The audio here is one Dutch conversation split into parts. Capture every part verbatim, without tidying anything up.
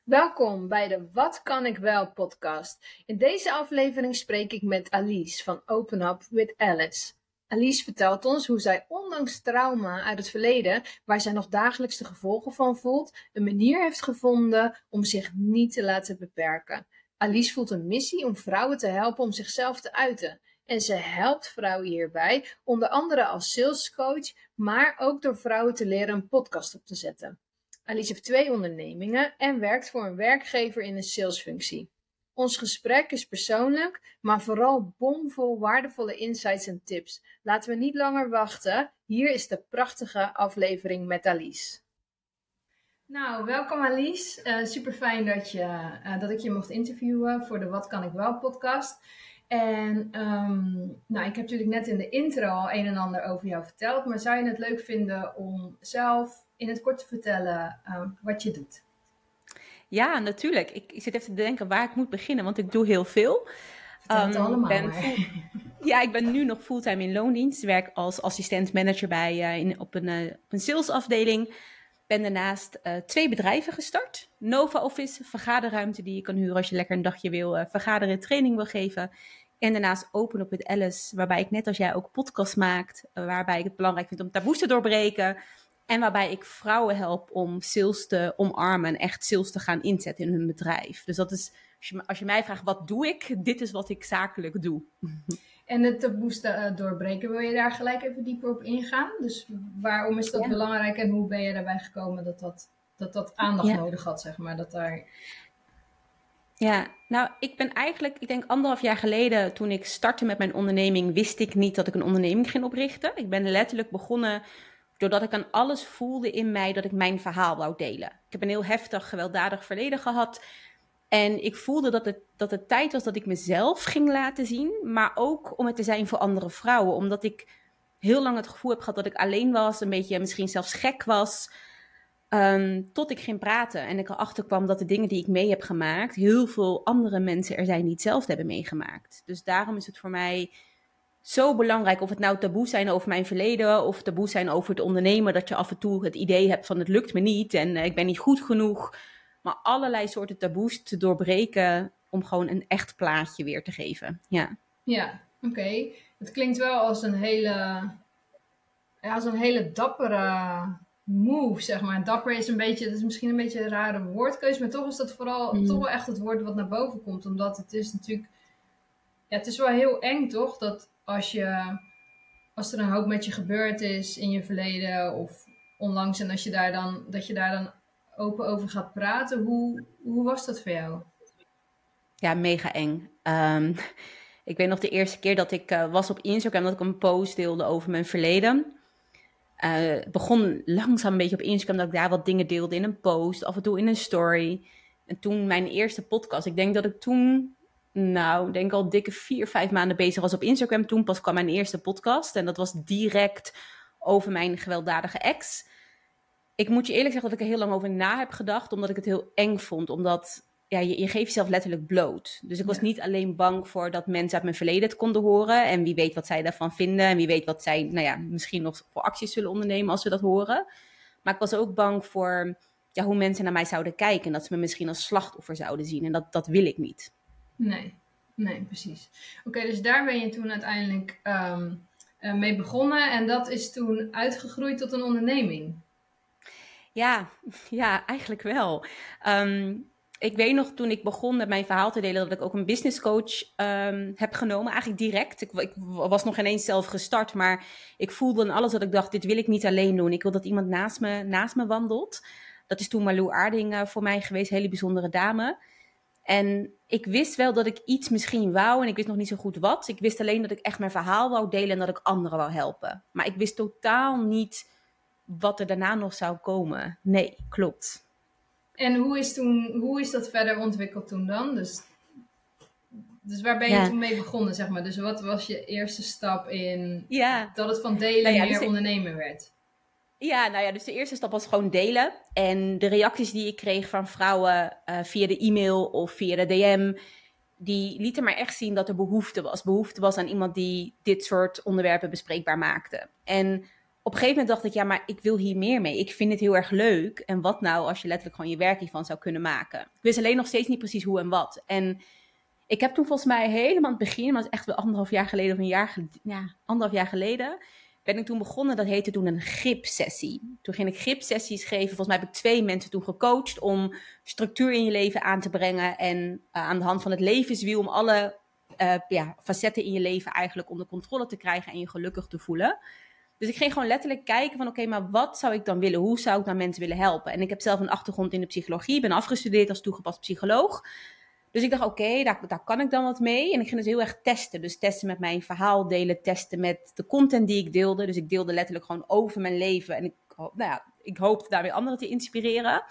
Welkom bij de Wat kan ik wel podcast. In deze aflevering spreek ik met Alice van Open Up with Alice. Alice vertelt ons hoe zij ondanks trauma uit het verleden, waar zij nog dagelijks de gevolgen van voelt, een manier heeft gevonden om zich niet te laten beperken. Alice voelt een missie om vrouwen te helpen om zichzelf te uiten. En ze helpt vrouwen hierbij, onder andere als salescoach, maar ook door vrouwen te leren een podcast op te zetten. Alice heeft twee ondernemingen en werkt voor een werkgever in een salesfunctie. Ons gesprek is persoonlijk, maar vooral bomvol waardevolle insights en tips. Laten we niet langer wachten. Hier is de prachtige aflevering met Alice. Nou, welkom Alice. Uh, super fijn dat, je, uh, dat ik je mocht interviewen voor de Wat kan ik wel podcast. En um, nou, ik heb natuurlijk net in de intro al een en ander over jou verteld. Maar zou je het leuk vinden om zelf in het kort te vertellen um, wat je doet? Ja, natuurlijk. Ik, ik zit even te denken waar ik moet beginnen, want ik doe heel veel. Vertel het um, allemaal ben full, Ja, ik ben nu nog fulltime in loondienst. Werk als assistent-manager bij, uh, in, op, een, uh, op een salesafdeling. Ben daarnaast uh, twee bedrijven gestart. Nova Office, vergaderruimte die je kan huren als je lekker een dagje wil uh, vergaderen, training wil geven. En daarnaast Open Up with Alice, waarbij ik net als jij ook podcast maakt. Uh, waarbij ik het belangrijk vind om taboes te doorbreken. En waarbij ik vrouwen help om sales te omarmen en echt sales te gaan inzetten in hun bedrijf. Dus dat is, als je, als je mij vraagt, wat doe ik? Dit is wat ik zakelijk doe. En het taboes uh, doorbreken, wil je daar gelijk even dieper op ingaan? Dus waarom is dat ja. belangrijk en hoe ben je daarbij gekomen dat dat, dat, dat aandacht ja. nodig had, zeg maar? Dat daar... Ja, nou, ik ben eigenlijk, ik denk anderhalf jaar geleden, toen ik startte met mijn onderneming, wist ik niet dat ik een onderneming ging oprichten. Ik ben letterlijk begonnen doordat ik aan alles voelde in mij dat ik mijn verhaal wou delen. Ik heb een heel heftig, gewelddadig verleden gehad. En ik voelde dat het, dat het tijd was dat ik mezelf ging laten zien. Maar ook om het te zijn voor andere vrouwen. Omdat ik heel lang het gevoel heb gehad dat ik alleen was. Een beetje misschien zelfs gek was. Um, tot ik ging praten. En ik erachter kwam dat de dingen die ik mee heb gemaakt, heel veel andere mensen er zijn die hetzelfde hebben meegemaakt. Dus daarom is het voor mij zo belangrijk, of het nou taboe zijn over mijn verleden, of taboe zijn over het ondernemen, dat je af en toe het idee hebt van het lukt me niet en uh, ik ben niet goed genoeg. Maar allerlei soorten taboes te doorbreken om gewoon een echt plaatje weer te geven. Ja, ja oké. Okay. Het klinkt wel als een hele, ja, als een hele dappere move, zeg maar. Dapper is een beetje, dat is misschien een beetje een rare woordkeuze, maar toch is dat vooral mm. toch wel echt het woord wat naar boven komt, omdat het is natuurlijk, ja, het is wel heel eng, toch? Dat als je, als er een hoop met je gebeurd is in je verleden of onlangs en als je daar dan, dat je daar dan open over gaat praten. Hoe, hoe was dat voor jou? Ja, mega eng. Um, ik weet nog de eerste keer dat ik uh, was op Instagram, dat ik een post deelde over mijn verleden. Uh, het begon langzaam een beetje op Instagram dat ik daar wat dingen deelde in een post, af en toe in een story. En toen mijn eerste podcast, ik denk dat ik toen, nou, ik denk al dikke vier, vijf maanden bezig was op Instagram. Toen pas kwam mijn eerste podcast en dat was direct over mijn gewelddadige ex. Ik moet je eerlijk zeggen dat ik er heel lang over na heb gedacht, omdat ik het heel eng vond. Omdat ja, je, je geeft jezelf letterlijk bloot. Dus ik was ja. niet alleen bang voor dat mensen uit mijn verleden het konden horen. En wie weet wat zij daarvan vinden. En wie weet wat zij nou ja, misschien nog voor acties zullen ondernemen als ze dat horen. Maar ik was ook bang voor ja, hoe mensen naar mij zouden kijken. En dat ze me misschien als slachtoffer zouden zien. En dat, dat wil ik niet. Nee, nee, precies. Oké, okay, dus daar ben je toen uiteindelijk um, uh, mee begonnen. En dat is toen uitgegroeid tot een onderneming. Ja, ja, eigenlijk wel. Um, ik weet nog toen ik begon met mijn verhaal te delen dat ik ook een business coach um, heb genomen. Eigenlijk direct. Ik, ik was nog ineens zelf gestart, maar ik voelde in alles dat ik dacht, dit wil ik niet alleen doen. Ik wil dat iemand naast me, naast me wandelt. Dat is toen Marlou Aarding uh, voor mij geweest, een hele bijzondere dame. En ik wist wel dat ik iets misschien wou en ik wist nog niet zo goed wat. Ik wist alleen dat ik echt mijn verhaal wou delen en dat ik anderen wou helpen. Maar ik wist totaal niet wat er daarna nog zou komen. Nee, klopt. En hoe is, toen, hoe is dat verder ontwikkeld toen dan? Dus, dus waar ben je ja. toen mee begonnen, zeg maar? Dus wat was je eerste stap in ja. dat het van delen nou ja, meer dus ondernemen werd? Ja, nou ja, dus de eerste stap was gewoon delen. En de reacties die ik kreeg van vrouwen uh, via de e-mail of via de D M, die lieten maar echt zien dat er behoefte was. Behoefte was aan iemand die dit soort onderwerpen bespreekbaar maakte. En op een gegeven moment dacht ik, ja, maar ik wil hier meer mee. Ik vind het heel erg leuk. En wat nou als je letterlijk gewoon je werk hiervan zou kunnen maken? Ik wist alleen nog steeds niet precies hoe en wat. En ik heb toen volgens mij helemaal aan het begin, maar het is echt wel anderhalf jaar geleden of een jaar geleden, ja, anderhalf jaar geleden, ben ik toen begonnen, dat heette toen een gripsessie. Toen ging ik gripsessies geven. Volgens mij heb ik twee mensen toen gecoacht om structuur in je leven aan te brengen en uh, aan de hand van het levenswiel om alle uh, ja, facetten in je leven eigenlijk onder controle te krijgen en je gelukkig te voelen. Dus ik ging gewoon letterlijk kijken van oké, okay, maar wat zou ik dan willen? Hoe zou ik dan mensen willen helpen? En ik heb zelf een achtergrond in de psychologie, ben afgestudeerd als toegepast psycholoog. Dus ik dacht, oké, okay, daar, daar kan ik dan wat mee. En ik ging dus heel erg testen. Dus testen met mijn verhaal delen, testen met de content die ik deelde. Dus ik deelde letterlijk gewoon over mijn leven. En ik, nou ja, ik hoopte daarmee anderen te inspireren.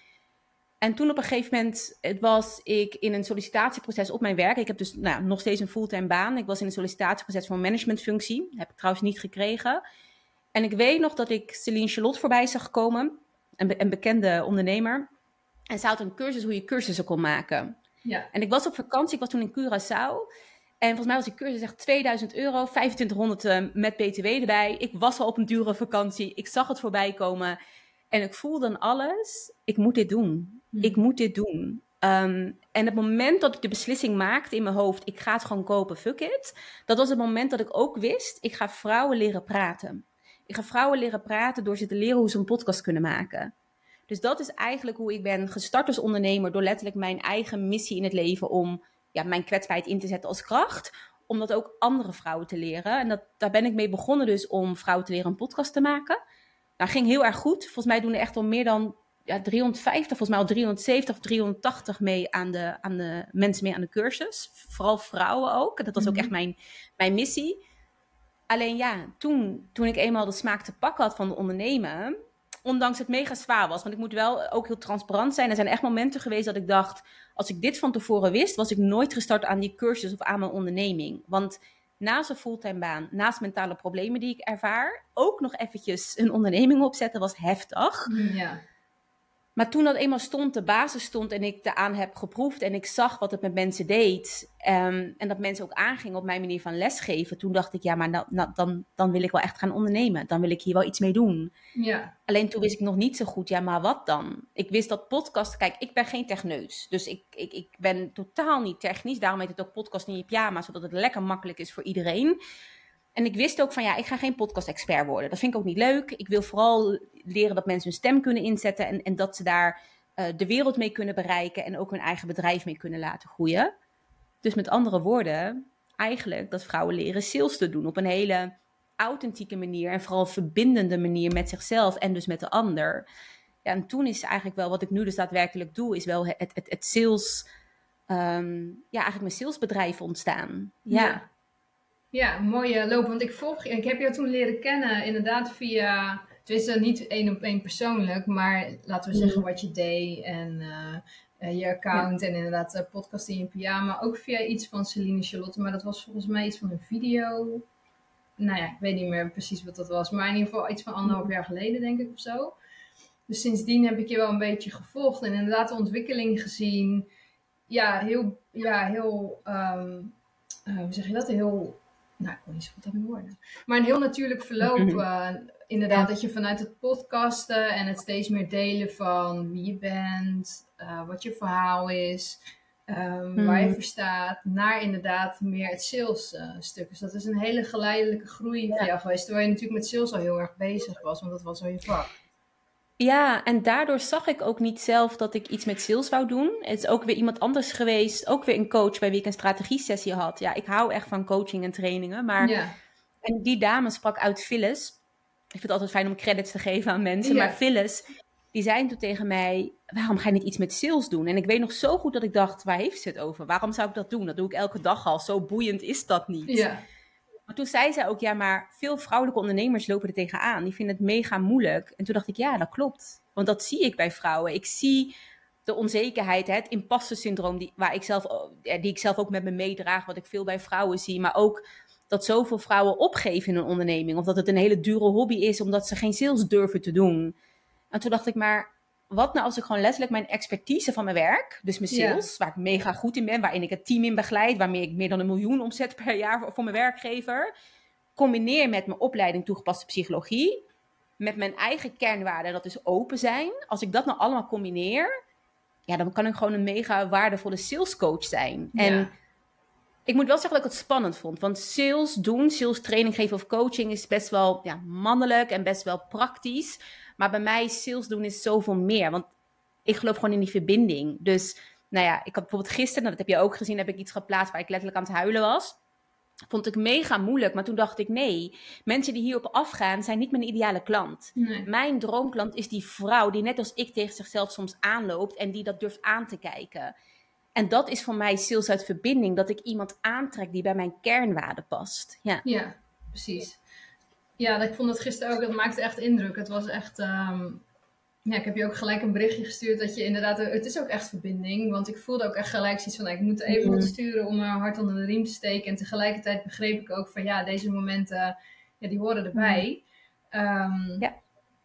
En toen op een gegeven moment het was ik in een sollicitatieproces op mijn werk. Ik heb dus nou, nog steeds een fulltime baan. Ik was in een sollicitatieproces voor een managementfunctie. Dat heb ik trouwens niet gekregen. En ik weet nog dat ik Celine Charlotte voorbij zag komen. Een, be- een bekende ondernemer. En ze had een cursus hoe je cursussen kon maken. Ja. En ik was op vakantie, ik was toen in Curaçao. En volgens mij was die cursus echt tweeduizend euro, vijfentwintighonderd uh, met B T W erbij. Ik was al op een dure vakantie, ik zag het voorbij komen. En ik voelde dan alles, ik moet dit doen. Hmm. Ik moet dit doen. Um, en het moment dat ik de beslissing maakte in mijn hoofd, ik ga het gewoon kopen, fuck it. Dat was het moment dat ik ook wist, ik ga vrouwen leren praten. Ik ga vrouwen leren praten door ze te leren hoe ze een podcast kunnen maken. Dus dat is eigenlijk hoe ik ben gestart als ondernemer, door letterlijk mijn eigen missie in het leven om ja, mijn kwetsbaarheid in te zetten als kracht, om dat ook andere vrouwen te leren. En dat, daar ben ik mee begonnen dus om vrouwen te leren een podcast te maken. Nou, ging heel erg goed. Volgens mij doen er echt al meer dan ja, driehonderdvijftig, volgens mij al driehonderdzeventig of driehonderdtachtig mee aan de, aan de mensen mee aan de cursus. Vooral vrouwen ook. En dat was mm-hmm. ook echt mijn, mijn missie. Alleen ja, toen, toen ik eenmaal de smaak te pakken had van het ondernemen, ondanks het mega zwaar was, want ik moet wel ook heel transparant zijn. Er zijn echt momenten geweest dat ik dacht, als ik dit van tevoren wist, was ik nooit gestart aan die cursus of aan mijn onderneming. Want naast een fulltime baan, naast mentale problemen die ik ervaar, ook nog eventjes een onderneming opzetten was heftig. Ja. Maar toen dat eenmaal stond, de basis stond en ik eraan heb geproefd en ik zag wat het met mensen deed um, en dat mensen ook aangingen op mijn manier van lesgeven, toen dacht ik, ja, maar nou, nou, dan, dan wil ik wel echt gaan ondernemen. Dan wil ik hier wel iets mee doen. Ja. Alleen toen wist ik nog niet zo goed, ja, maar wat dan? Ik wist dat podcast, kijk, ik ben geen techneus, dus ik, ik, ik ben totaal niet technisch. Daarom heet het ook podcast in je pyjama, zodat het lekker makkelijk is voor iedereen. En ik wist ook van, ja, ik ga geen podcast-expert worden. Dat vind ik ook niet leuk. Ik wil vooral leren dat mensen hun stem kunnen inzetten en, en dat ze daar uh, de wereld mee kunnen bereiken en ook hun eigen bedrijf mee kunnen laten groeien. Dus met andere woorden, eigenlijk dat vrouwen leren sales te doen op een hele authentieke manier en vooral verbindende manier met zichzelf en dus met de ander. Ja, en toen is eigenlijk wel wat ik nu dus daadwerkelijk doe, is wel het, het, het sales, um, ja, eigenlijk mijn salesbedrijf ontstaan. Ja. Ja. Ja, mooie loop. Want ik volg je. Ik heb jou toen leren kennen, inderdaad via. Het is niet één op één persoonlijk, maar laten we zeggen wat je deed en uh, uh, je account ja. en inderdaad de podcast in je pyjama. Ook via iets van Celine Charlotte, maar dat was volgens mij iets van een video. Nou ja, ik weet niet meer precies wat dat was, maar in ieder geval iets van anderhalf jaar geleden, denk ik of zo. Dus sindsdien heb ik je wel een beetje gevolgd en inderdaad de ontwikkeling gezien. Ja, heel, ja, heel, um, uh, hoe zeg je dat? Heel. Nou, ik wil niet zo goed aan mijn woorden. Maar een heel natuurlijk verloop. Uh, inderdaad, ja. dat je vanuit het podcasten en het steeds meer delen van wie je bent, uh, wat je verhaal is, um, mm. waar je voor staat, naar inderdaad meer het sales uh, stuk. Dus dat is een hele geleidelijke groei ja. voor jou geweest. Terwijl je natuurlijk met sales al heel erg bezig was, want dat was al je vak. Ja, en daardoor zag ik ook niet zelf dat ik iets met sales wou doen. Het is ook weer iemand anders geweest, ook weer een coach bij wie ik een strategie-sessie had. Ja, ik hou echt van coaching en trainingen, maar ja. En die dame sprak uit Phyllis. Ik vind het altijd fijn om credits te geven aan mensen, ja. maar Phyllis, die zei toen tegen mij, waarom ga je niet iets met sales doen? En ik weet nog zo goed dat ik dacht, waar heeft ze het over? Waarom zou ik dat doen? Dat doe ik elke dag al, zo boeiend is dat niet. Ja. Maar toen zei zij ook, ja, maar veel vrouwelijke ondernemers lopen er tegenaan. Die vinden het mega moeilijk. En toen dacht ik, ja, dat klopt. Want dat zie ik bij vrouwen. Ik zie de onzekerheid, het imposter syndroom, die, waar ik zelf, die ik zelf ook met me meedraag, wat ik veel bij vrouwen zie. Maar ook dat zoveel vrouwen opgeven in een onderneming. Of dat het een hele dure hobby is, omdat ze geen sales durven te doen. En toen dacht ik, maar wat nou als ik gewoon letterlijk mijn expertise van mijn werk, dus mijn sales, ja. waar ik mega goed in ben, waarin ik het team in begeleid, waarmee ik meer dan een miljoen omzet per jaar voor, voor mijn werkgever, combineer met mijn opleiding toegepaste psychologie. met mijn eigen kernwaarden, dat is open zijn. Als ik dat nou allemaal combineer, ja, dan kan ik gewoon een mega waardevolle salescoach zijn. Ja. En ik moet wel zeggen dat ik het spannend vond. Want sales doen, sales training geven of coaching is best wel ja, mannelijk en best wel praktisch. Maar bij mij sales doen is zoveel meer. Want ik geloof gewoon in die verbinding. Dus nou ja, ik had bijvoorbeeld gisteren, nou, dat heb je ook gezien, heb ik iets geplaatst waar ik letterlijk aan het huilen was. Vond ik mega moeilijk, maar toen dacht ik nee, mensen die hierop afgaan zijn niet mijn ideale klant. Nee. Mijn droomklant is die vrouw die net als ik tegen zichzelf soms aanloopt en die dat durft aan te kijken. En dat is voor mij sales uit verbinding, dat ik iemand aantrek die bij mijn kernwaarden past. Ja, ja precies. Ja, ik vond het gisteren ook, dat maakte echt indruk. Het was echt, um, ja, ik heb je ook gelijk een berichtje gestuurd dat je inderdaad, het is ook echt verbinding. Want ik voelde ook echt gelijk zoiets van, ik moet even wat sturen om mijn hart onder de riem te steken. En tegelijkertijd begreep ik ook van, ja, deze momenten, ja, die horen erbij. Um, ja.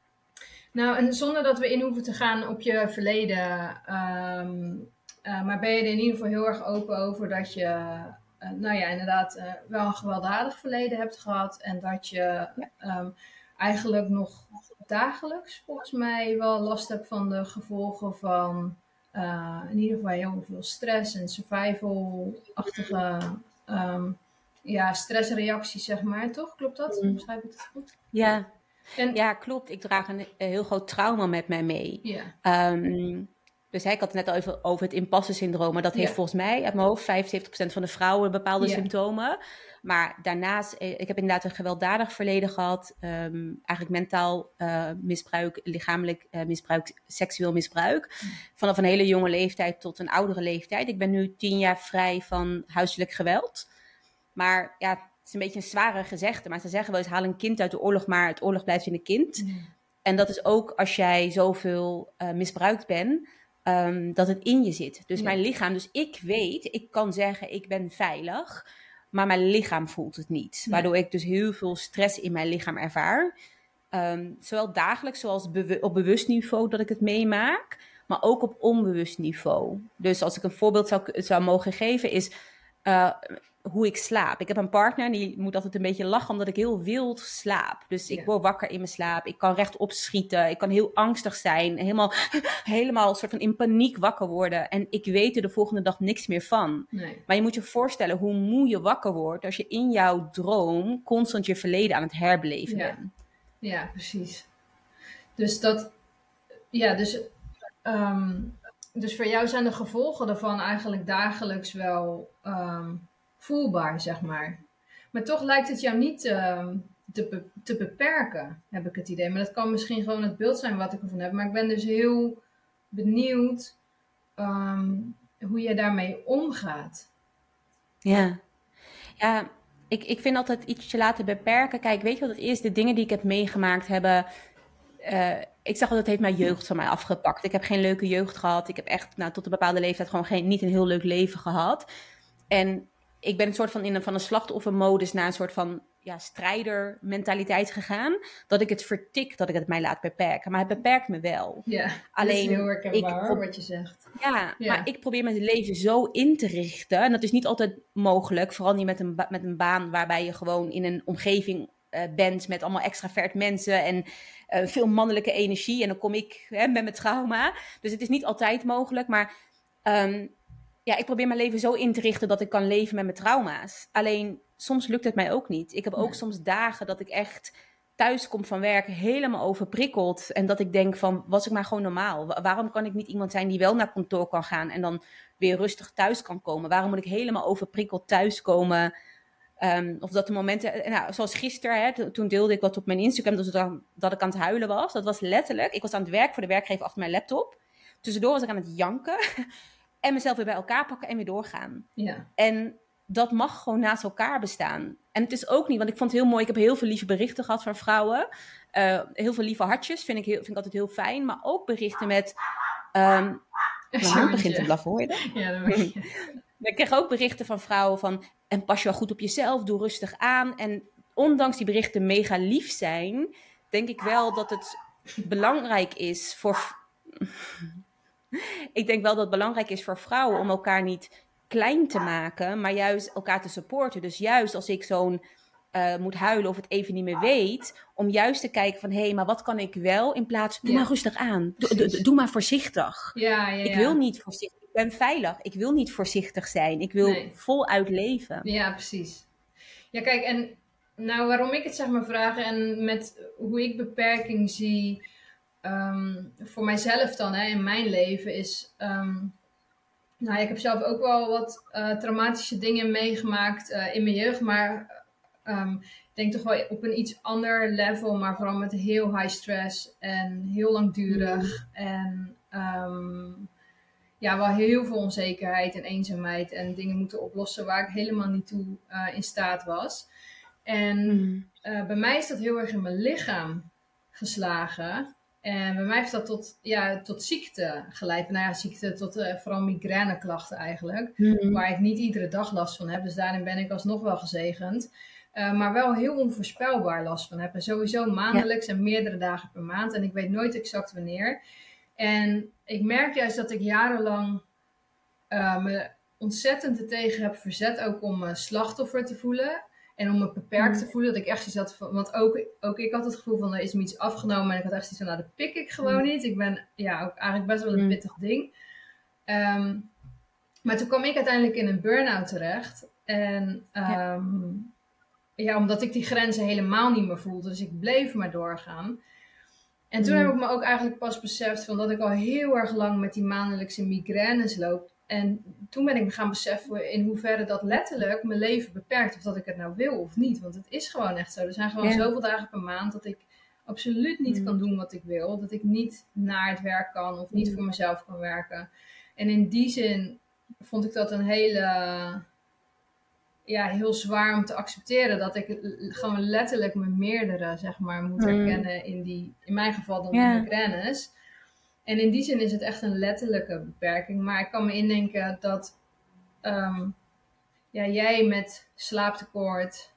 Nou, en zonder dat we in hoeven te gaan op je verleden, um, uh, maar ben je er in ieder geval heel erg open over dat je, uh, nou ja, inderdaad uh, wel een gewelddadig verleden hebt gehad. En dat je um, eigenlijk nog dagelijks volgens mij wel last hebt van de gevolgen van uh, in ieder geval heel veel stress en survival-achtige um, ja, stressreacties, zeg maar. Toch? Klopt dat? Mm. Begrijp ik het goed? Ja. En, ja, klopt. Ik draag een, een heel groot trauma met mij mee. Yeah. Um, dus hè, ik had het net al even over het impasse-syndroom. Maar dat heeft yeah. volgens mij uit mijn hoofd vijfenzeventig procent van de vrouwen bepaalde yeah. symptomen. Maar daarnaast, ik heb inderdaad een gewelddadig verleden gehad. Um, eigenlijk mentaal uh, misbruik, lichamelijk uh, misbruik, seksueel misbruik. Mm. Vanaf een hele jonge leeftijd tot een oudere leeftijd. Ik ben nu tien jaar vrij van huiselijk geweld. Maar ja, het is een beetje een zware gezegde. Maar ze zeggen wel eens, haal een kind uit de oorlog, maar het oorlog blijft in een kind. Mm. En dat is ook als jij zoveel uh, misbruikt bent, um, dat het in je zit. Dus ja. mijn lichaam, dus ik weet, ik kan zeggen, ik ben veilig. Maar mijn lichaam voelt het niet. Ja. Waardoor ik dus heel veel stress in mijn lichaam ervaar. Um, zowel dagelijks, zoals bewu- op bewust niveau dat ik het meemaak. Maar ook op onbewust niveau. Dus als ik een voorbeeld zou, zou mogen geven is uh, hoe ik slaap. Ik heb een partner die moet altijd een beetje lachen omdat ik heel wild slaap. Dus ik ja. word wakker in mijn slaap. Ik kan rechtop schieten. Ik kan heel angstig zijn. Helemaal, helemaal soort van in paniek wakker worden. En ik weet er de volgende dag niks meer van. Nee. Maar je moet je voorstellen hoe moe je wakker wordt als je in jouw droom constant je verleden aan het herbeleven ja. bent. Ja, precies. Dus dat, ja, dus, um, dus voor jou zijn de gevolgen daarvan eigenlijk dagelijks wel um, voelbaar, zeg maar. Maar toch lijkt het jou niet um, te, be- te beperken, heb ik het idee. Maar dat kan misschien gewoon het beeld zijn wat ik ervan heb. Maar ik ben dus heel benieuwd um, hoe je daarmee omgaat. Ja, ja. Ik, ik vind altijd ietsje laten beperken. Kijk, weet je wat het is? De dingen die ik heb meegemaakt hebben... Uh, ik zeg altijd, het heeft mijn jeugd van mij afgepakt. Ik heb geen leuke jeugd gehad. Ik heb echt nou, tot een bepaalde leeftijd gewoon geen, niet een heel leuk leven gehad. En ik ben een soort van in een, van een slachtoffermodus naar een soort van ja, strijdermentaliteit gegaan. Dat ik het vertik, dat ik het mij laat beperken. Maar het beperkt me wel. Ja, alleen, dat is heel herkenbaar wat je zegt. Ja, ja, maar ik probeer mijn leven zo in te richten. En dat is niet altijd mogelijk. Vooral niet met een, ba- met een baan waarbij je gewoon in een omgeving uh, bent met allemaal extravert mensen en uh, veel mannelijke energie. En dan kom ik hè, met mijn trauma. Dus het is niet altijd mogelijk. Maar um, ja, ik probeer mijn leven zo in te richten dat ik kan leven met mijn trauma's. Alleen soms lukt het mij ook niet. Ik heb ook nee. soms dagen dat ik echt thuis kom van werk helemaal overprikkeld. En dat ik denk van, was ik maar gewoon normaal? Waarom kan ik niet iemand zijn die wel naar kantoor kan gaan en dan weer rustig thuis kan komen? Waarom moet ik helemaal overprikkeld thuiskomen? Um, of dat de momenten, nou, zoals gisteren, hè, toen deelde ik wat op mijn Instagram, dus dat, dat ik aan het huilen was. Dat was letterlijk, ik was aan het werk voor de werkgever achter mijn laptop. Tussendoor was ik aan het janken en mezelf weer bij elkaar pakken en weer doorgaan. Ja. En dat mag gewoon naast elkaar bestaan. En het is ook niet, want ik vond het heel mooi. Ik heb heel veel lieve berichten gehad van vrouwen. Uh, heel veel lieve hartjes, vind ik, heel, vind ik altijd heel fijn. Maar ook berichten met... Um, mijn hond begint te blaffen, hoor je dat? Ja, dat mag je. Ik kreeg ook berichten van vrouwen van... En pas je wel goed op jezelf, doe rustig aan. En ondanks die berichten mega lief zijn... denk ik wel dat het belangrijk is voor... ik denk wel dat het belangrijk is voor vrouwen om elkaar niet klein te maken, maar juist elkaar te supporten. Dus juist als ik zo'n uh, moet huilen of het even niet meer weet. Om juist te kijken van, hé, hey, maar wat kan ik wel? In plaats, doe ja. maar rustig aan. Doe, doe, doe maar voorzichtig. Ja, ja, ja. Ik wil niet voorzichtig. Ik ben veilig. Ik wil niet voorzichtig zijn. Ik wil nee. voluit leven. Ja, precies. Ja, kijk, en nou waarom ik het zeg maar vraag en met hoe ik beperking zie, um, voor mijzelf dan, hè, in mijn leven, is, um, nou, ik heb zelf ook wel wat uh, traumatische dingen meegemaakt uh, in mijn jeugd, maar um, ik denk toch wel op een iets ander level, maar vooral met heel high stress en heel langdurig mm. en um, ja, wel heel veel onzekerheid en eenzaamheid en dingen moeten oplossen waar ik helemaal niet toe uh, in staat was. En mm. uh, bij mij is dat heel erg in mijn lichaam geslagen. En bij mij heeft dat tot, ja, tot ziekte geleid. Nou ja, ziekte tot uh, vooral migraineklachten eigenlijk. Mm. Waar ik niet iedere dag last van heb. Dus daarin ben ik alsnog wel gezegend. Uh, maar wel heel onvoorspelbaar last van heb. En sowieso maandelijks ja. en meerdere dagen per maand. En ik weet nooit exact wanneer. En ik merk juist dat ik jarenlang uh, me ontzettend ertegen heb verzet. Ook om me slachtoffer te voelen. En om me beperkt te voelen. Dat ik echt iets had van... Want ook, ook ik had het gevoel van... Er is me iets afgenomen. En ik had echt iets van... Nou, dat pik ik gewoon niet. Ik ben ja ook eigenlijk best wel een pittig ding. Um, maar toen kwam ik uiteindelijk in een burn-out terecht. En... Um, ja. ja, omdat ik die grenzen helemaal niet meer voelde. Dus ik bleef maar doorgaan. En toen mm. heb ik me ook eigenlijk pas beseft... Van dat ik al heel erg lang met die maandelijkse migraines loop. En toen ben ik me gaan beseffen in hoeverre dat letterlijk mijn leven beperkt. Of dat ik het nou wil of niet. Want het is gewoon echt zo. Er zijn gewoon yeah. zoveel dagen per maand dat ik absoluut niet mm. kan doen wat ik wil. Dat ik niet naar het werk kan of niet mm. voor mezelf kan werken. En in die zin vond ik dat een hele... Ja, heel zwaar om te accepteren. Dat ik gewoon letterlijk mijn meerdere, zeg maar, moet herkennen mm. in die... In mijn geval dan yeah. de migraines. En in die zin is het echt een letterlijke beperking. Maar ik kan me indenken dat um, ja, jij met slaaptekort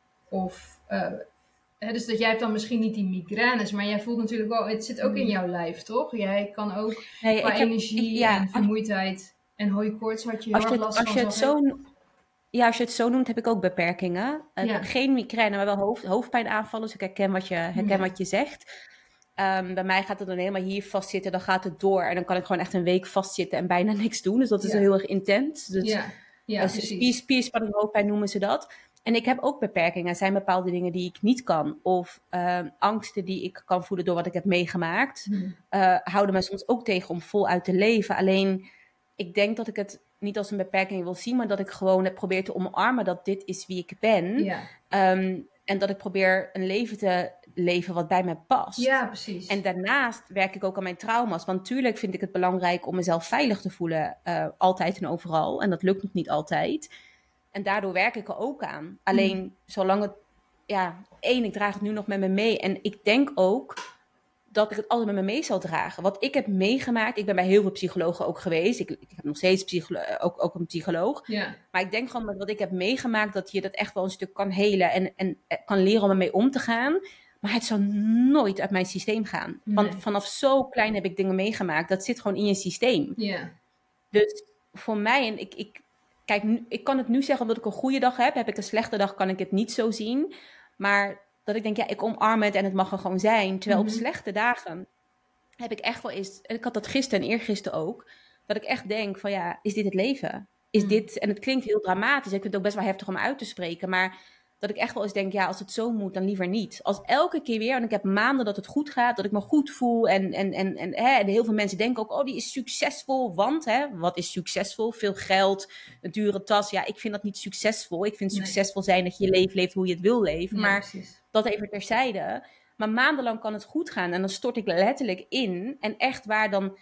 of... Uh, hè, dus dat jij hebt dan misschien niet die migraines, maar jij voelt natuurlijk wel... Het zit ook in jouw lijf, toch? Jij kan ook nee, qua energie heb, ik, ja, en vermoeidheid en hooikoorts had je heel erg last als van. Je het zo, ja, als je het zo noemt, heb ik ook beperkingen. Uh, ja. Geen migraine, maar wel hoofd, hoofdpijnaanvallen. Dus ik herken wat je, herken ja. wat je zegt. Um, bij mij gaat het dan helemaal hier vastzitten, dan gaat het door. En dan kan ik gewoon echt een week vastzitten en bijna niks doen. Dus dat is ja. heel erg intens. Dus, ja. Ja, uh, spier, spierspanning, hoofdpijn noemen ze dat. En ik heb ook beperkingen. Er zijn bepaalde dingen die ik niet kan. Of uh, angsten die ik kan voelen door wat ik heb meegemaakt. Hmm. Uh, houden mij soms ook tegen om voluit te leven. Alleen, ik denk dat ik het niet als een beperking wil zien. Maar dat ik gewoon heb probeer te omarmen dat dit is wie ik ben. Ja. Um, en dat ik probeer een leven te leven wat bij mij past. Ja, precies. En daarnaast werk ik ook aan mijn trauma's. Want natuurlijk vind ik het belangrijk om mezelf veilig te voelen. Uh, altijd en overal. En dat lukt nog niet altijd. En daardoor werk ik er ook aan. Alleen, mm. zolang het... Ja, één, ik draag het nu nog met me mee. En ik denk ook dat ik het altijd met me mee zal dragen. Wat ik heb meegemaakt... Ik ben bij heel veel psychologen ook geweest. Ik, ik heb nog steeds psycholo- ook, ook een psycholoog. Ja. Maar ik denk gewoon met wat ik heb meegemaakt... dat je dat echt wel een stuk kan helen. En, en kan leren om ermee om te gaan. Maar het zal nooit uit mijn systeem gaan. Nee. Want vanaf zo klein heb ik dingen meegemaakt. Dat zit gewoon in je systeem. Ja. Dus voor mij... En ik... ik Kijk, nu, ik kan het nu zeggen omdat ik een goede dag heb. Heb ik een slechte dag, kan ik het niet zo zien. Maar dat ik denk, ja, ik omarm het en het mag er gewoon zijn. Terwijl mm-hmm. op slechte dagen heb ik echt wel eens... En ik had dat gisteren en eergisteren ook. Dat ik echt denk van, ja, is dit het leven? Is mm. dit... En het klinkt heel dramatisch. Ik vind het ook best wel heftig om uit te spreken. Maar dat ik echt wel eens denk, ja, als het zo moet, dan liever niet. Als elke keer weer, en ik heb maanden dat het goed gaat, dat ik me goed voel. En, en, en, en, hè, en heel veel mensen denken ook, oh, die is succesvol. Want, hè, wat is succesvol? Veel geld, een dure tas. Ja, ik vind dat niet succesvol. Ik vind nee. succesvol zijn dat je je leven leeft hoe je het wil leven. Ja, maar precies. dat even terzijde. Maar maandenlang kan het goed gaan. En dan stort ik letterlijk in. En echt waar dan...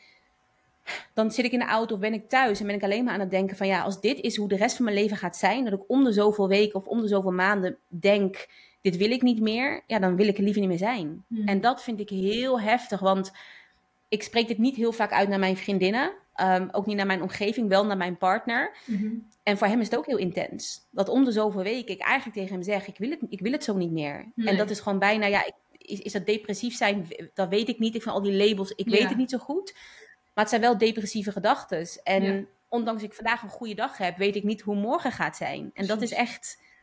Dan zit ik in de auto of ben ik thuis en ben ik alleen maar aan het denken van ja, als dit is hoe de rest van mijn leven gaat zijn, dat ik om de zoveel weken of om de zoveel maanden denk, dit wil ik niet meer, ja, dan wil ik er liever niet meer zijn. Hmm. En dat vind ik heel heftig, want ik spreek dit niet heel vaak uit naar mijn vriendinnen, um, ook niet naar mijn omgeving, wel naar mijn partner. Mm-hmm. En voor hem is het ook heel intens. Dat om de zoveel weken ik eigenlijk tegen hem zeg, ik wil het, ik wil het zo niet meer. Nee. En dat is gewoon bijna, ja, ik, is, is dat depressief zijn? Dat weet ik niet. Ik vind al die labels, ik weet ja. het niet zo goed. Maar het zijn wel depressieve gedachten. En ja. ondanks ik vandaag een goede dag heb, weet ik niet hoe morgen gaat zijn. En Precies. dat is echt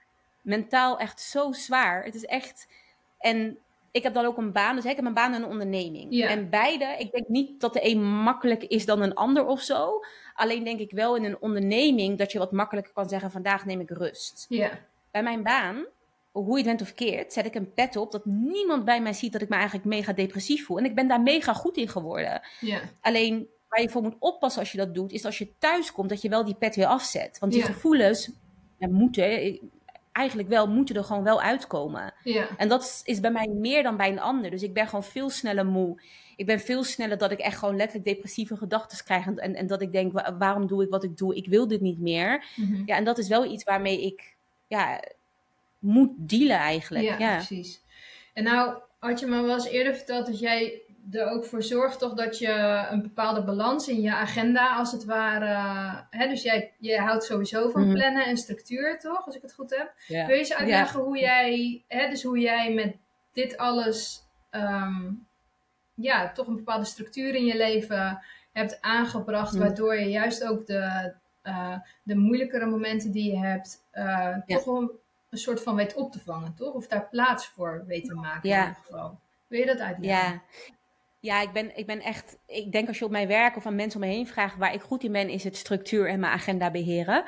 mentaal echt zo zwaar. Het is echt... En ik heb dan ook een baan, dus ik heb een baan en een onderneming. Ja. En beide, ik denk niet dat de een makkelijker is dan een ander of zo. Alleen denk ik wel in een onderneming dat je wat makkelijker kan zeggen, vandaag neem ik rust. Ja. Bij mijn baan, hoe je het bent of verkeerd, zet ik een pet op dat niemand bij mij ziet dat ik me eigenlijk mega depressief voel. En ik ben daar mega goed in geworden. Ja. Alleen waar je voor moet oppassen als je dat doet, is als je thuis komt dat je wel die pet weer afzet. Want die Ja. gevoelens ja, moeten, eigenlijk wel, moeten er gewoon wel uitkomen. Ja. En dat is bij mij meer dan bij een ander. Dus ik ben gewoon veel sneller moe. Ik ben veel sneller dat ik echt gewoon letterlijk depressieve gedachten krijg. En, en, en dat ik denk, wa- waarom doe ik wat ik doe? Ik wil dit niet meer. Mm-hmm. Ja, en dat is wel iets waarmee ik ja, moet dealen eigenlijk. Ja, Ja, precies. En nou had je me wel eens eerder verteld dat jij er ook voor zorgt toch dat je een bepaalde balans in je agenda als het ware... Hè, dus jij, jij houdt sowieso van Mhm. plannen en structuur, toch? Als ik het goed heb. Ja. Wil je eens uitleggen Ja. hoe jij... Hè, dus hoe jij met dit alles... ehm, ja, toch een bepaalde structuur in je leven hebt aangebracht, Mhm. waardoor je juist ook de, uh, de moeilijkere momenten die je hebt, uh, Ja. toch wel een soort van weet op te vangen, toch? Of daar plaats voor weet te maken Ja. in ieder geval. Wil je dat uitleggen? Ja. Ja, ik ben, ik ben echt... Ik denk als je op mijn werk of aan mensen om me heen vraagt waar ik goed in ben, is het structuur en mijn agenda beheren.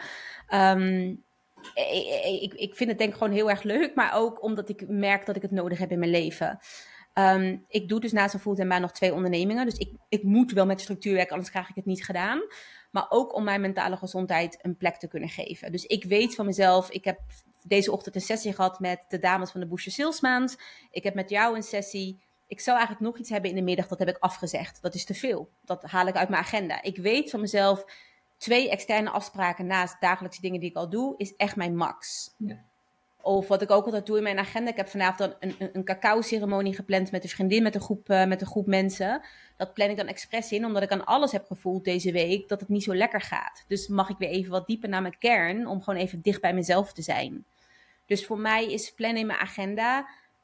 Um, ik, ik, ik vind het denk ik gewoon heel erg leuk, maar ook omdat ik merk dat ik het nodig heb in mijn leven. Um, ik doe dus naast een fulltime baan nog twee ondernemingen. Dus ik, ik moet wel met structuur werken, anders krijg ik het niet gedaan. Maar ook om mijn mentale gezondheid een plek te kunnen geven. Dus ik weet van mezelf, ik heb deze ochtend een sessie gehad met de dames van de Booster Sales Maand. Ik heb met jou een sessie. Ik zou eigenlijk nog iets hebben in de middag, dat heb ik afgezegd. Dat is te veel. Dat haal ik uit mijn agenda. Ik weet van mezelf, twee externe afspraken naast dagelijkse dingen die ik al doe, is echt mijn max. Ja. Of wat ik ook altijd doe in mijn agenda. Ik heb vanavond dan een, een, een cacao-ceremonie gepland met een vriendin, met een, groep, uh, met een groep mensen. Dat plan ik dan expres in, omdat ik aan alles heb gevoeld deze week dat het niet zo lekker gaat. Dus mag ik weer even wat dieper naar mijn kern, om gewoon even dicht bij mezelf te zijn. Dus voor mij is plannen in mijn agenda,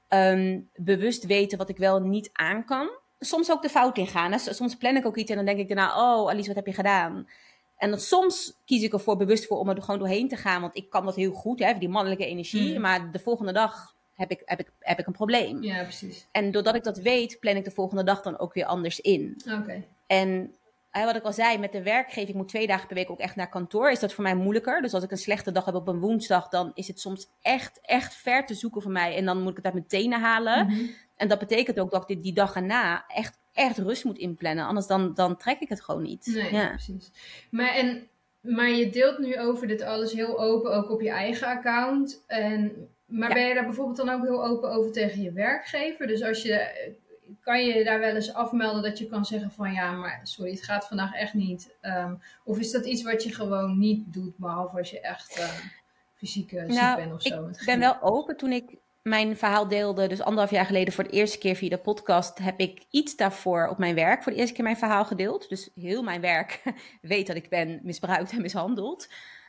um, bewust weten wat ik wel niet aan kan. Soms ook de fout ingaan. Hè? Soms plan ik ook iets en dan denk ik daarna, oh Alice, wat heb je gedaan? En dan soms kies ik ervoor bewust voor om er gewoon doorheen te gaan. Want ik kan dat heel goed, hè, die mannelijke energie. Mm. Maar de volgende dag heb ik, heb, ik, heb ik een probleem. Ja, precies. En doordat ik dat weet, plan ik de volgende dag dan ook weer anders in. Oké. Okay. En hè, wat ik al zei, met de werkgeving, ik moet twee dagen per week ook echt naar kantoor. Is dat voor mij moeilijker. Dus als ik een slechte dag heb op een woensdag, dan is het soms echt, echt ver te zoeken voor mij. En dan moet ik het uit mijn tenen halen. Mm-hmm. En dat betekent ook dat ik die dag erna echt... echt rust moet inplannen, anders dan, dan trek ik het gewoon niet. Nee, ja. precies. Maar, en, maar je deelt nu over dit alles heel open, ook op je eigen account. En, maar ja. Ben je daar bijvoorbeeld dan ook heel open over tegen je werkgever? Dus als je, kan je daar wel eens afmelden dat je kan zeggen van ja, maar sorry, het gaat vandaag echt niet. Um, of is dat iets wat je gewoon niet doet, behalve als je echt uh, fysiek uh, ziek nou, bent of zo? Ik ben wel open. Toen ik mijn verhaal deelde, dus anderhalf jaar geleden voor de eerste keer via de podcast, heb ik iets daarvoor op mijn werk voor de eerste keer mijn verhaal gedeeld. Dus heel mijn werk weet dat ik ben misbruikt en mishandeld.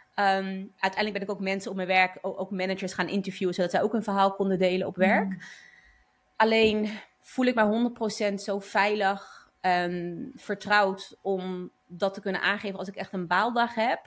Um, uiteindelijk ben ik ook mensen op mijn werk, ook, ook managers gaan interviewen, zodat zij ook een verhaal konden delen op werk. Mm. Alleen voel ik mij honderd procent zo veilig en vertrouwd om dat te kunnen aangeven als ik echt een baaldag heb.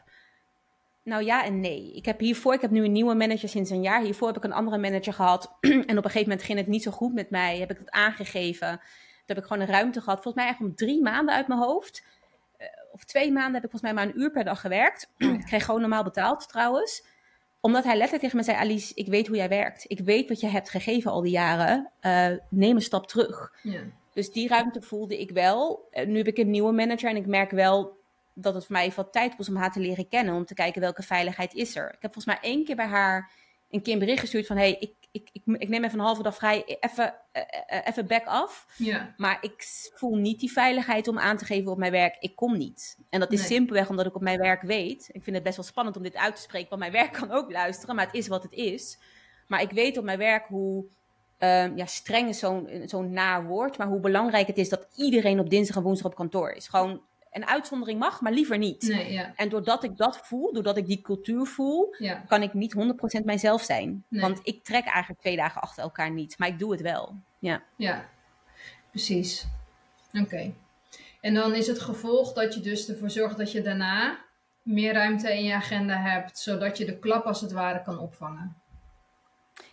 Nou ja en nee. Ik heb hiervoor, ik heb nu een nieuwe manager sinds een jaar. Hiervoor heb ik een andere manager gehad. En op een gegeven moment ging het niet zo goed met mij. Heb ik het aangegeven. Toen heb ik gewoon een ruimte gehad. Volgens mij echt om drie maanden uit mijn hoofd. Uh, of twee maanden heb ik volgens mij maar een uur per dag gewerkt. Ik kreeg gewoon normaal betaald trouwens. Omdat hij letterlijk tegen me zei, Alice, ik weet hoe jij werkt. Ik weet wat je hebt gegeven al die jaren. Uh, neem een stap terug. Ja. Dus die ruimte voelde ik wel. Uh, nu heb ik een nieuwe manager en ik merk wel dat het voor mij wat tijd kost om haar te leren kennen. Om te kijken welke veiligheid is er. Ik heb volgens mij één keer bij haar een keer een bericht gestuurd van... Hey, ik, ik, ik, ik neem even een halve dag vrij. Even, uh, uh, even back af. Ja. Maar ik voel niet die veiligheid om aan te geven op mijn werk. Ik kom niet. En dat is nee. simpelweg omdat ik op mijn werk weet. Ik vind het best wel spannend om dit uit te spreken. Want mijn werk kan ook luisteren. Maar het is wat het is. Maar ik weet op mijn werk hoe... Um, ja, streng is zo'n, zo'n naar woord. Maar hoe belangrijk het is dat iedereen op dinsdag en woensdag op kantoor is. Gewoon... Een uitzondering mag, maar liever niet. Nee, ja. En doordat ik dat voel, doordat ik die cultuur voel, ja. kan ik niet honderd procent mijzelf zijn. Nee. Want ik trek eigenlijk twee dagen achter elkaar niet. Maar ik doe het wel. Ja, ja precies. Oké. Okay. En dan is het gevolg dat je dus ervoor zorgt dat je daarna meer ruimte in je agenda hebt, zodat je de klap als het ware kan opvangen.